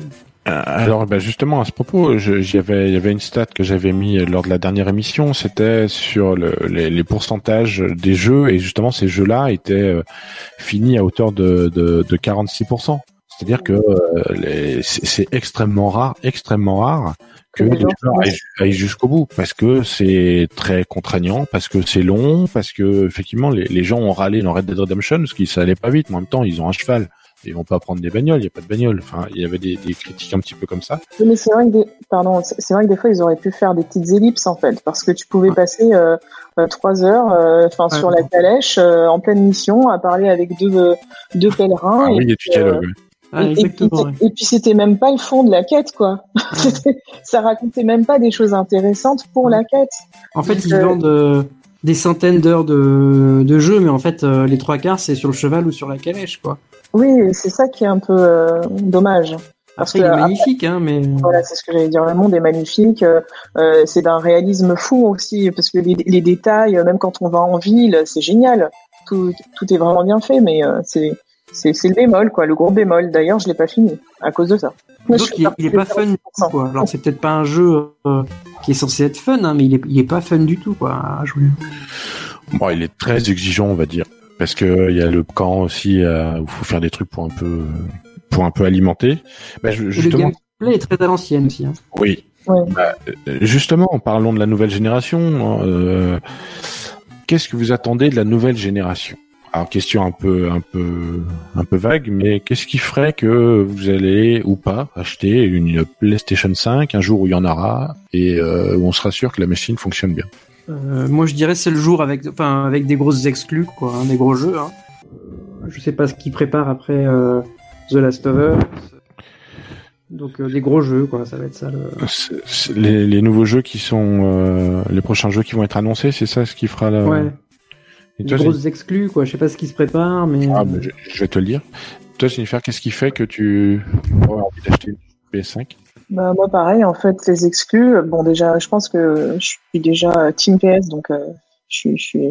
Alors, justement, à ce propos, il y avait une stat que j'avais mis lors de la dernière émission, c'était sur les pourcentages des jeux, et justement, ces jeux-là étaient finis à hauteur de 46%. C'est-à-dire que c'est extrêmement rare que les jeux aillent jusqu'au bout, parce que c'est très contraignant, parce que c'est long, parce que effectivement, les gens ont râlé dans Red Dead Redemption, parce que ça allait pas vite, mais en même temps, ils ont un cheval. Ils vont pas prendre des bagnoles, il y a pas de bagnoles. Enfin, il y avait des critiques un petit peu comme ça. Oui, mais c'est vrai que des fois ils auraient pu faire des petites ellipses en fait, parce que tu pouvais passer 3 heures, sur la calèche en pleine mission à parler avec deux pèlerins. Ah oui, il y a du dialogue. Et puis c'était même pas le fond de la quête, quoi. Ça racontait même pas des choses intéressantes pour la quête. En fait, ils vendent des centaines d'heures de jeu, mais en fait, les 3/4 c'est sur le cheval ou sur la calèche, quoi. Oui, c'est ça qui est un peu dommage. Parce qu'il est magnifique, mais... Voilà, c'est ce que j'allais dire. Le monde est magnifique. C'est d'un réalisme fou aussi, parce que les détails, même quand on va en ville, c'est génial. Tout est vraiment bien fait, mais c'est le bémol, quoi, le gros bémol. D'ailleurs, je l'ai pas fini à cause de ça. Donc, il est pas fun du tout, quoi. Alors, c'est peut-être pas un jeu qui est censé être fun, mais il est pas fun du tout, quoi, à jouer. Bon, il est très exigeant, on va dire. Parce que il y a le camp aussi où il faut faire des trucs pour un peu alimenter. Justement, le gameplay est très à l'ancienne aussi. Oui. Ouais. Justement, parlons de la nouvelle génération. Qu'est-ce que vous attendez de la nouvelle génération? Alors, question un peu vague, mais qu'est-ce qui ferait que vous allez ou pas acheter une PlayStation 5 un jour où il y en aura et où on sera sûr que la machine fonctionne bien? Moi, je dirais c'est le jour avec des grosses exclus, quoi, des gros jeux. Je sais pas ce qu'ils préparent après The Last of Us. Donc des gros jeux, quoi, ça va être ça. Les nouveaux jeux qui sont les prochains jeux qui vont être annoncés, c'est ça ce qui fera la. Ouais. Des grosses exclus, quoi. Je sais pas ce qui se prépare, mais. Je vais te le dire. Toi, Jennifer, qu'est-ce qui fait que tu aurais envie d'acheter une PS5? Moi, pareil, en fait, les exclus. Bon, déjà, je pense que je suis déjà Team PS, donc je suis.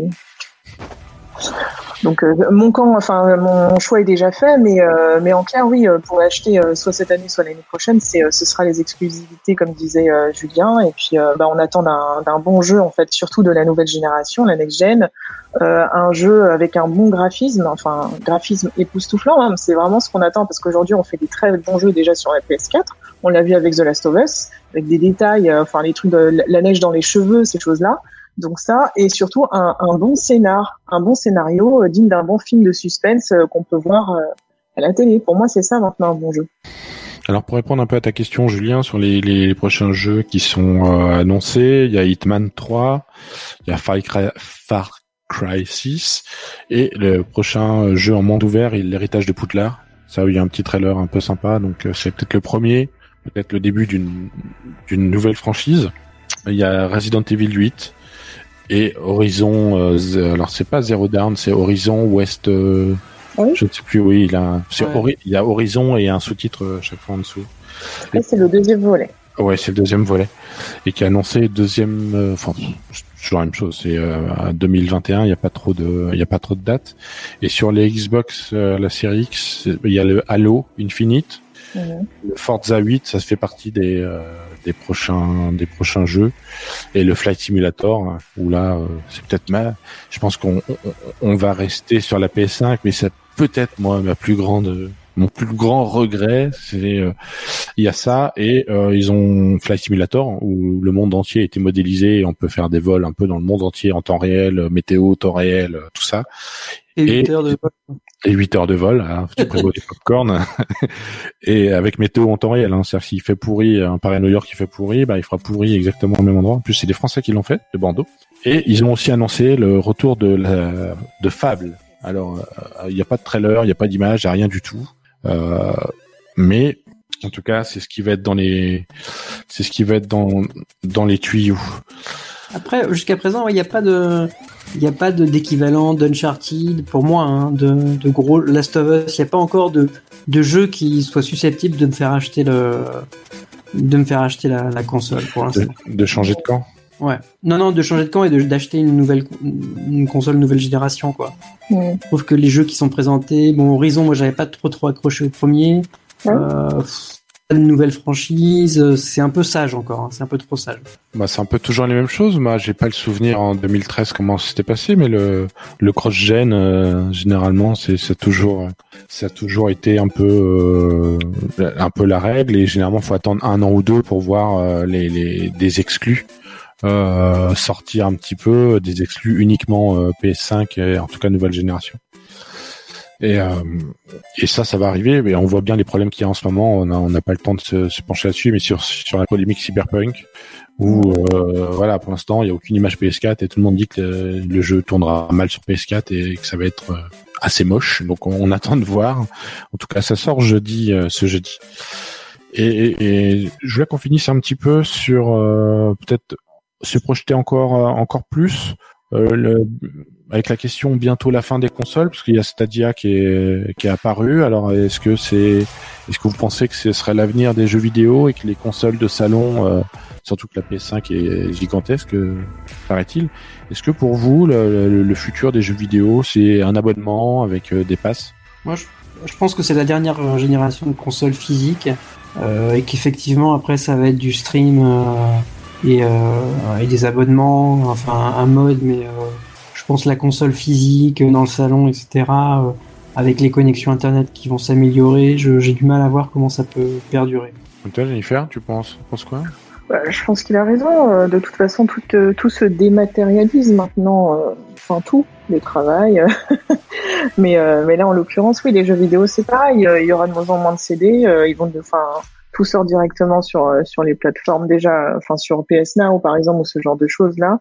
Donc mon choix est déjà fait, mais en clair, oui, pour acheter soit cette année, soit l'année prochaine, ce sera les exclusivités, comme disait Julien, et puis on attend d'un bon jeu, en fait, surtout de la nouvelle génération, la next gen, un jeu avec un bon graphisme époustouflant, c'est vraiment ce qu'on attend, parce qu'aujourd'hui on fait des très bons jeux déjà sur la PS4, on l'a vu avec The Last of Us, avec des détails, les trucs de la neige dans les cheveux, ces choses-là. Donc ça, et surtout un bon scénario digne d'un bon film de suspense qu'on peut voir à la télé. Pour moi, c'est ça maintenant un bon jeu. Alors pour répondre un peu à ta question, Julien, sur les prochains jeux qui sont annoncés, il y a Hitman 3, il y a Far Cry 6 et le prochain jeu en monde ouvert, l'héritage de Poudlard. Ça, il y a un petit trailer un peu sympa, donc c'est peut-être le premier, peut-être le début d'une nouvelle franchise. Il y a Resident Evil 8 et Horizon. Alors c'est pas Zero Dawn, c'est Horizon West. Oui. Je ne sais plus. Oui, il y a Horizon et un sous-titre chaque fois en dessous. Et c'est le deuxième volet. Ouais, c'est le deuxième volet et qui a annoncé deuxième. Enfin, c'est toujours la même chose. C'est 2021. Il y a pas trop de dates. Et sur les Xbox, la série X, il y a le Halo Infinite. Le Forza 8, ça fait partie des prochains jeux, et le Flight Simulator où là c'est peut-être je pense qu'on va rester sur la PS5, mais c'est peut-être mon plus grand regret, c'est il y a ça et ils ont Flight Simulator où le monde entier a été modélisé et on peut faire des vols un peu dans le monde entier en temps réel, météo, temps réel, tout ça. Et 8 heures de vol. Et 8 heures de vol, hein, tu prévois des popcorn. Et avec météo en temps réel, hein, c'est-à-dire s'il fait pourri, un Paris New York qui fait pourri, il fera pourri exactement au même endroit. En plus, c'est des Français qui l'ont fait, de Bordeaux. Et ils ont aussi annoncé le retour de Fable. Alors, il n'y a pas de trailer, il n'y a pas d'image, il n'y a rien du tout. Mais, en tout cas, c'est ce qui va être dans les tuyaux. Après, jusqu'à présent, il n'y a pas d'équivalent d'Uncharted pour moi, hein, de gros Last of Us. Il n'y a pas encore de jeu qui soit susceptible de me faire acheter la console pour l'instant. De changer de camp. Ouais. Non, de changer de camp et d'acheter une console nouvelle génération, quoi. Je trouve que les jeux qui sont présentés, Horizon, moi j'avais pas trop accroché au premier. Une nouvelle franchise, c'est un peu sage encore, hein, c'est un peu trop sage. C'est un peu toujours les mêmes choses. Moi, j'ai pas le souvenir en 2013 comment c'était passé, mais le cross-gen, généralement, ça a toujours été un peu la règle, et généralement, faut attendre 1 an ou 2 pour voir des exclus sortir un petit peu, des exclus uniquement PS5 et en tout cas nouvelle génération. Et ça va arriver, mais on voit bien les problèmes qu'il y a en ce moment. On n'a pas le temps de se pencher là-dessus, mais sur la polémique Cyberpunk, où voilà, pour l'instant, il y a aucune image PS4 et tout le monde dit que le jeu tournera mal sur PS4 et que ça va être assez moche. Donc on attend de voir. En tout cas, ça sort ce jeudi. Et je voulais qu'on finisse un petit peu sur peut-être se projeter encore plus. Avec la question bientôt la fin des consoles, parce qu'il y a Stadia qui est apparu. Alors est-ce que vous pensez que ce serait l'avenir des jeux vidéo et que les consoles de salon, surtout que la PS5 est gigantesque, paraît-il, est-ce que pour vous le futur des jeux vidéo c'est un abonnement avec des passes? Moi je pense que c'est la dernière génération de consoles physiques et qu'effectivement après ça va être du stream et des abonnements, enfin un mode, mais je pense la console physique dans le salon, etc. Avec les connexions internet qui vont s'améliorer, j'ai du mal à voir comment ça peut perdurer. Et toi, Jennifer, tu penses quoi? Je pense qu'il a raison. De toute façon, tout se dématérialise maintenant. Enfin, tout, le travail. mais là, en l'occurrence, oui, les jeux vidéo, c'est pareil. Il y aura de moins en moins de CD. Tout sort directement sur les plateformes déjà, enfin sur PS Now par exemple, ou ce genre de choses là.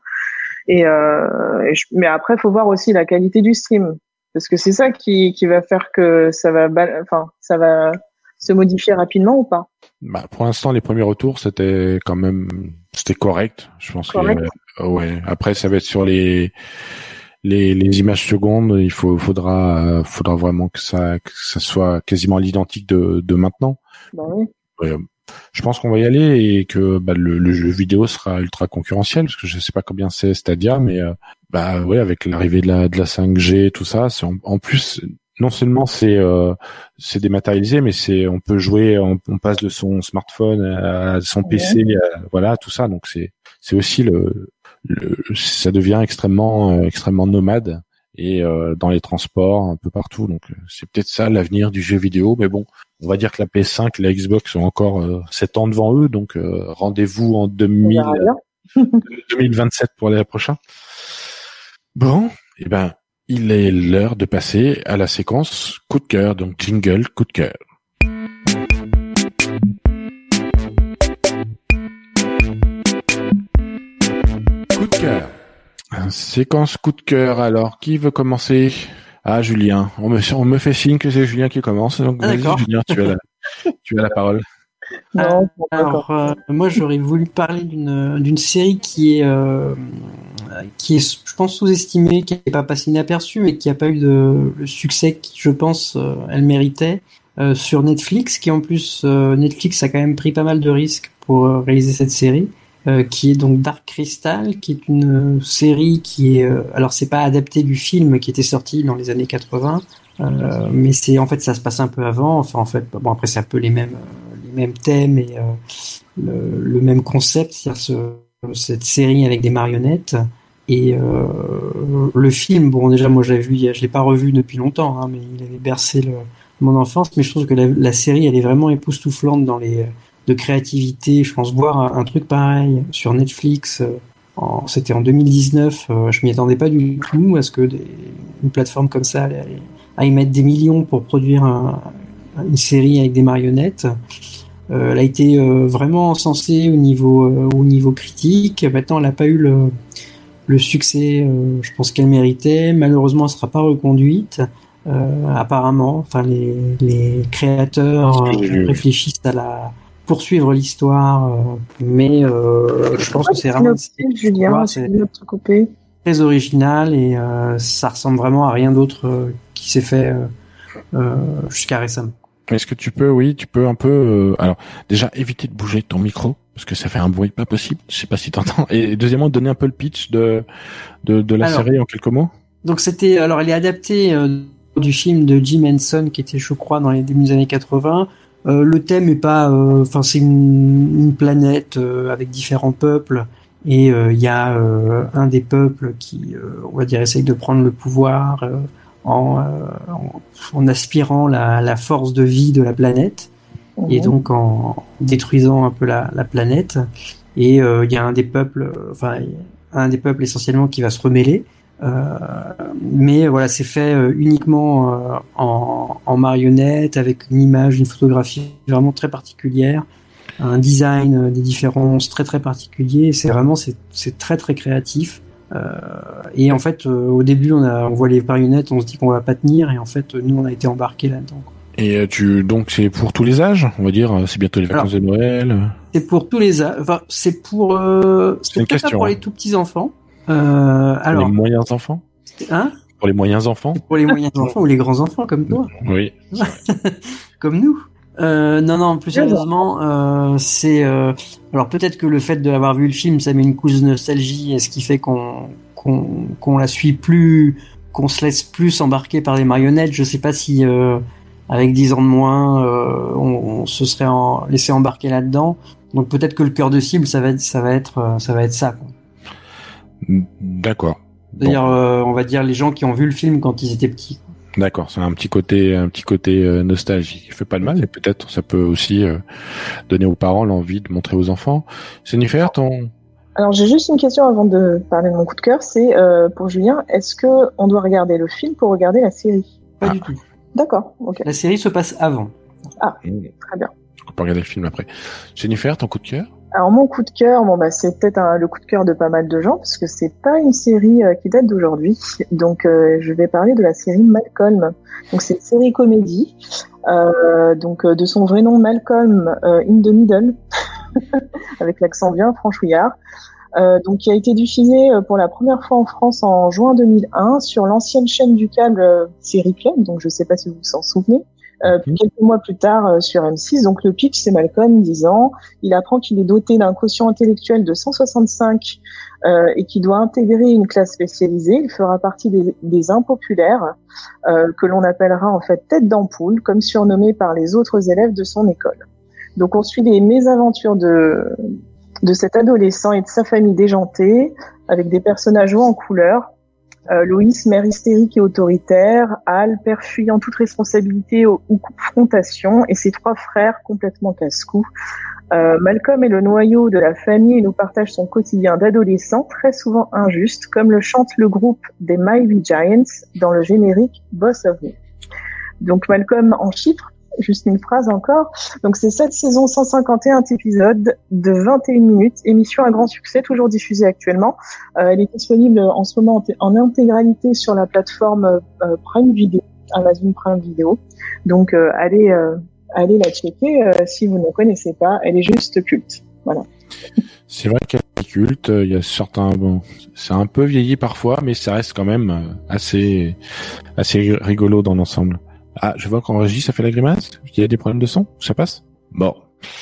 Mais après, faut voir aussi la qualité du stream, parce que c'est ça qui va faire que ça va se modifier rapidement ou pas. Pour l'instant, les premiers retours, c'était correct. Je pense que ouais. Après, ça va être sur les images secondes. Il faudra vraiment que ça soit quasiment à l'identique de maintenant. Oui. Je pense qu'on va y aller et que le jeu vidéo sera ultra concurrentiel, parce que je sais pas combien c'est Stadia, mais avec l'arrivée de la 5G, tout ça, c'est en plus non seulement c'est dématérialisé, mais on peut jouer, on passe de son smartphone à son PC, voilà, tout ça. Donc c'est aussi ça devient extrêmement nomade. Et dans les transports, un peu partout. Donc c'est peut-être ça l'avenir du jeu vidéo. Mais bon, on va dire que la PS5 et la Xbox ont encore 7 ans devant eux. Donc rendez-vous en 2027 pour les prochains. Bon, il est l'heure de passer à la séquence coup de cœur. Donc jingle coup de cœur. cœur. Séquence coup de cœur. Alors, qui veut commencer? Ah, Julien. On me fait signe que c'est Julien qui commence. Donc, vas-y, d'accord. Julien, tu as la parole. Non, Alors, moi, j'aurais voulu parler d'une série qui est, je pense, sous-estimée, qui n'est pas passée inaperçue, mais qui n'a pas eu le succès qui, je pense, elle méritait sur Netflix, qui en plus, Netflix a quand même pris pas mal de risques pour réaliser cette série, qui est donc Dark Crystal, qui est une série qui est, alors c'est pas adapté du film qui était sorti dans les années 80, mais c'est en fait ça se passe un peu avant. Enfin en fait, bon après c'est un peu les mêmes thèmes et le même concept, c'est-à-dire cette série avec des marionnettes. Et le film, bon déjà moi je l'ai pas revu depuis longtemps, hein, mais il avait bercé mon enfance. Mais je trouve que la série elle est vraiment époustouflante dans de créativité. Je pense voir un truc pareil sur Netflix. C'était en 2019. Je m'y attendais pas du tout à ce que une plateforme comme ça aille mettre des millions pour produire une série avec des marionnettes. Elle a été vraiment encensée au niveau critique. Maintenant, elle n'a pas eu le succès, je pense qu'elle méritait. Malheureusement, elle ne sera pas reconduite. Apparemment, enfin les créateurs réfléchissent à poursuivre l'histoire, mais je pense que c'est vraiment Julien, c'est coupé. Très original et ça ressemble vraiment à rien d'autre qui s'est fait jusqu'à récemment. Est-ce que tu peux un peu alors déjà éviter de bouger ton micro parce que ça fait un bruit pas possible. Je sais pas si t'entends. Et deuxièmement, donner un peu le pitch de la série en quelques mots. Donc elle est adaptée du film de Jim Henson qui était, je crois, dans les débuts des années 80. Le thème est pas, c'est une planète avec différents peuples et il y a un des peuples qui, on va dire, essaye de prendre le pouvoir en aspirant la force de vie de la planète et donc en détruisant un peu la planète. Et il y a un des peuples essentiellement qui va se rebeller. Mais voilà, c'est fait uniquement en marionnette, avec une image, une photographie vraiment très particulière, un design des différences très très particulier. C'est très très créatif. Et en fait, au début, on voit les marionnettes, on se dit qu'on va pas tenir, et en fait, nous, on a été embarqués là-dedans. Et donc c'est pour tous les âges, on va dire. C'est bientôt les vacances de Noël. C'est pour tous les âges. Enfin, c'est peut-être pas pour les tout petits enfants. Les moyens enfants. Hein? Pour les moyens enfants. Pour les moyens enfants ou les grands enfants comme toi. Oui. Comme nous. Non, plus sérieusement, c'est alors peut-être que le fait d'avoir vu le film, ça met une couche de nostalgie, ce qui fait qu'on la suit plus, qu'on se laisse plus embarquer par les marionnettes. Je sais pas si avec 10 ans de moins, on se serait laissé embarquer là-dedans. Donc peut-être que le cœur de cible, ça va être ça, quoi. D'accord. C'est-à-dire, on va dire les gens qui ont vu le film quand ils étaient petits. D'accord, c'est un petit côté nostalgie. Il fait pas de mal et peut-être ça peut aussi donner aux parents l'envie de montrer aux enfants. Jennifer, Alors j'ai juste une question avant de parler de mon coup de cœur, c'est pour Julien, est-ce que on doit regarder le film pour regarder la série? Pas du tout. D'accord, ok. La série se passe avant. Ah, très bien. On peut regarder le film après. Jennifer, ton coup de cœur? Alors mon coup de cœur, c'est peut-être le coup de cœur de pas mal de gens parce que c'est pas une série qui date d'aujourd'hui. Donc je vais parler de la série Malcolm. Donc c'est une série comédie. De son vrai nom Malcolm in the Middle avec l'accent bien franchouillard. Donc qui a été diffusée pour la première fois en France en juin 2001 sur l'ancienne chaîne du câble Série Club. Donc je sais pas si vous vous en souvenez. Quelques mois plus tard sur M6, donc le pitch c'est Malcolm, 10 ans, il apprend qu'il est doté d'un quotient intellectuel de 165 et qu'il doit intégrer une classe spécialisée. Il fera partie des impopulaires que l'on appellera en fait tête d'ampoule, comme surnommé par les autres élèves de son école. Donc on suit les mésaventures de cet adolescent et de sa famille déjantée, avec des personnages hauts en couleur. Loïs, mère hystérique et autoritaire, Al, père fuyant toute responsabilité ou confrontation, et ses 3 frères complètement casse-cou. Malcolm est le noyau de la famille et nous partage son quotidien d'adolescent, très souvent injuste, comme le chante le groupe des Mighty Giants dans le générique Boss of Me. Donc Malcolm en chiffres, Juste une phrase encore. Donc c'est 7 saisons, 151 épisodes de 21 minutes. Émission à grand succès, toujours diffusée actuellement. Elle est disponible en ce moment en intégralité sur la plateforme Prime Video, Amazon Prime Video. Donc allez la checker si vous ne connaissez pas. Elle est juste culte. Voilà. C'est vrai qu'elle est culte. Il y a certains, bon, c'est un peu vieilli parfois, mais ça reste quand même assez rigolo dans l'ensemble. Ah, je vois qu'en régie, ça fait la grimace. Il y a des problèmes de son. Ça passe? Bon.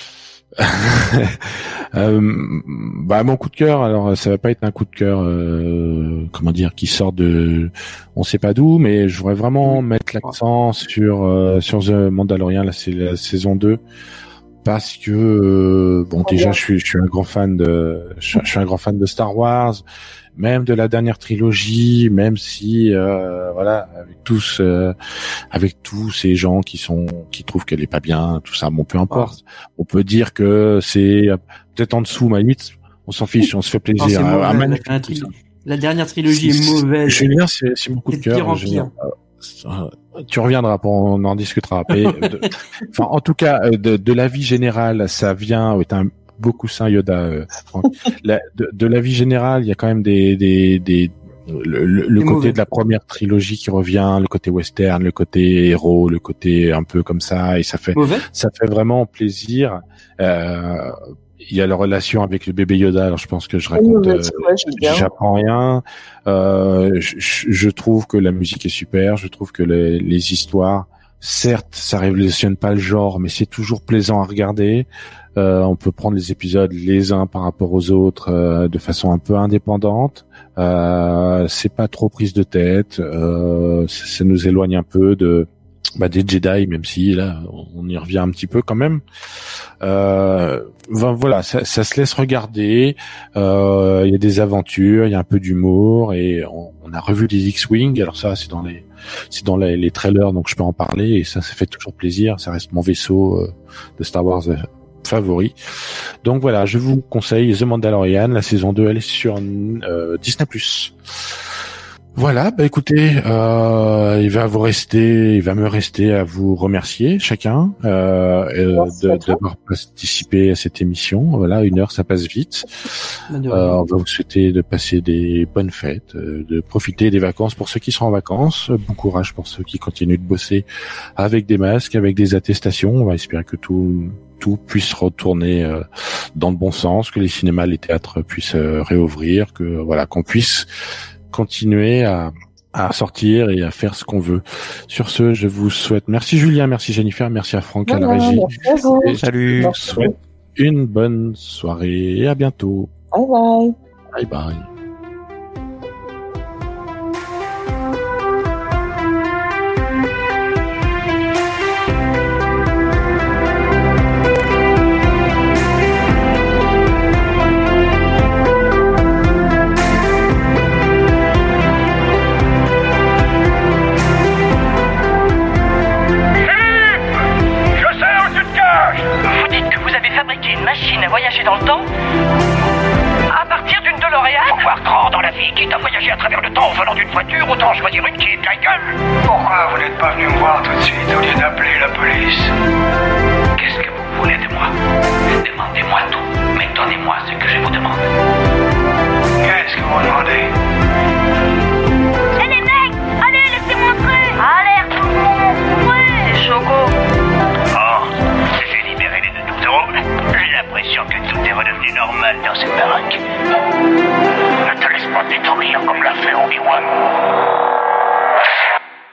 Mon coup de cœur, alors ça va pas être un coup de cœur, comment dire, qui sort de, on sait pas d'où, mais je voudrais vraiment mettre l'accent sur The Mandalorian. Là, c'est la saison 2. Parce que déjà je suis un grand fan de Star Wars, même de la dernière trilogie, même si avec tous ces gens qui trouvent qu'elle est pas bien, tout ça, bon peu importe. On peut dire que c'est peut-être en dessous, limite, on s'en fiche, on se fait plaisir. La dernière trilogie est mauvaise. Julien, c'est mon coup de cœur. Tu reviendras, on en discutera. Mais en tout cas, de l'avis général, ça vient. Est un beau coussin Yoda. De l'avis général, il y a quand même le côté de la première trilogie qui revient, le côté western, le côté héros, le côté un peu comme ça, et ça fait vraiment plaisir. Il y a la relation avec le bébé Yoda. Alors je pense que je raconte, j'apprends rien. Je trouve que la musique est super. Je trouve que les histoires, certes, ça révolutionne pas le genre, mais c'est toujours plaisant à regarder. On peut prendre les épisodes les uns par rapport aux autres de façon un peu indépendante. C'est pas trop prise de tête. Ça nous éloigne un peu des Jedi, même si là on y revient un petit peu quand même. Voilà, ça se laisse regarder. Il y a des aventures, il y a un peu d'humour, et on a revu des X-Wing. Alors ça, c'est dans les trailers, donc je peux en parler, et ça fait toujours plaisir. Ça reste mon vaisseau de Star Wars favori. Donc voilà, je vous conseille The Mandalorian. La saison 2, elle est sur Disney+. Voilà, écoutez, il va me rester à vous remercier chacun d'avoir participé à cette émission. Voilà, 1 heure, ça passe vite. On va vous souhaiter de passer des bonnes fêtes, de profiter des vacances pour ceux qui seront en vacances. Bon courage pour ceux qui continuent de bosser avec des masques, avec des attestations. On va espérer que tout puisse retourner dans le bon sens, que les cinémas, les théâtres puissent réouvrir, qu'on puisse continuer à sortir et à faire ce qu'on veut. Sur ce, je vous souhaite, merci Julien, merci Jennifer, merci à Franck à la régie. Salut. Je vous souhaite une bonne soirée et à bientôt. Bye bye. Bye bye. Voyager dans le temps à partir d'une DeLorean. Faut voir grand dans la vie, quitte à voyager à travers le temps au volant d'une voiture, autant choisir une qui est plein gueule. Pourquoi vous n'êtes pas venu me voir tout de suite au lieu d'appeler la police? Qu'est-ce que vous voulez de moi? Demandez-moi tout, mais donnez-moi ce que je vous demande. Qu'est-ce que vous demandez? Eh les mecs, allez, laissez-moi entrer. Alerte tout le monde. Ouais, c'est Choco. Oh, j'ai libéré les 2 euros. J'ai l'impression que tout est redevenu normal dans cette baraque. Ne te laisse pas détruire comme l'a fait Obi-Wan.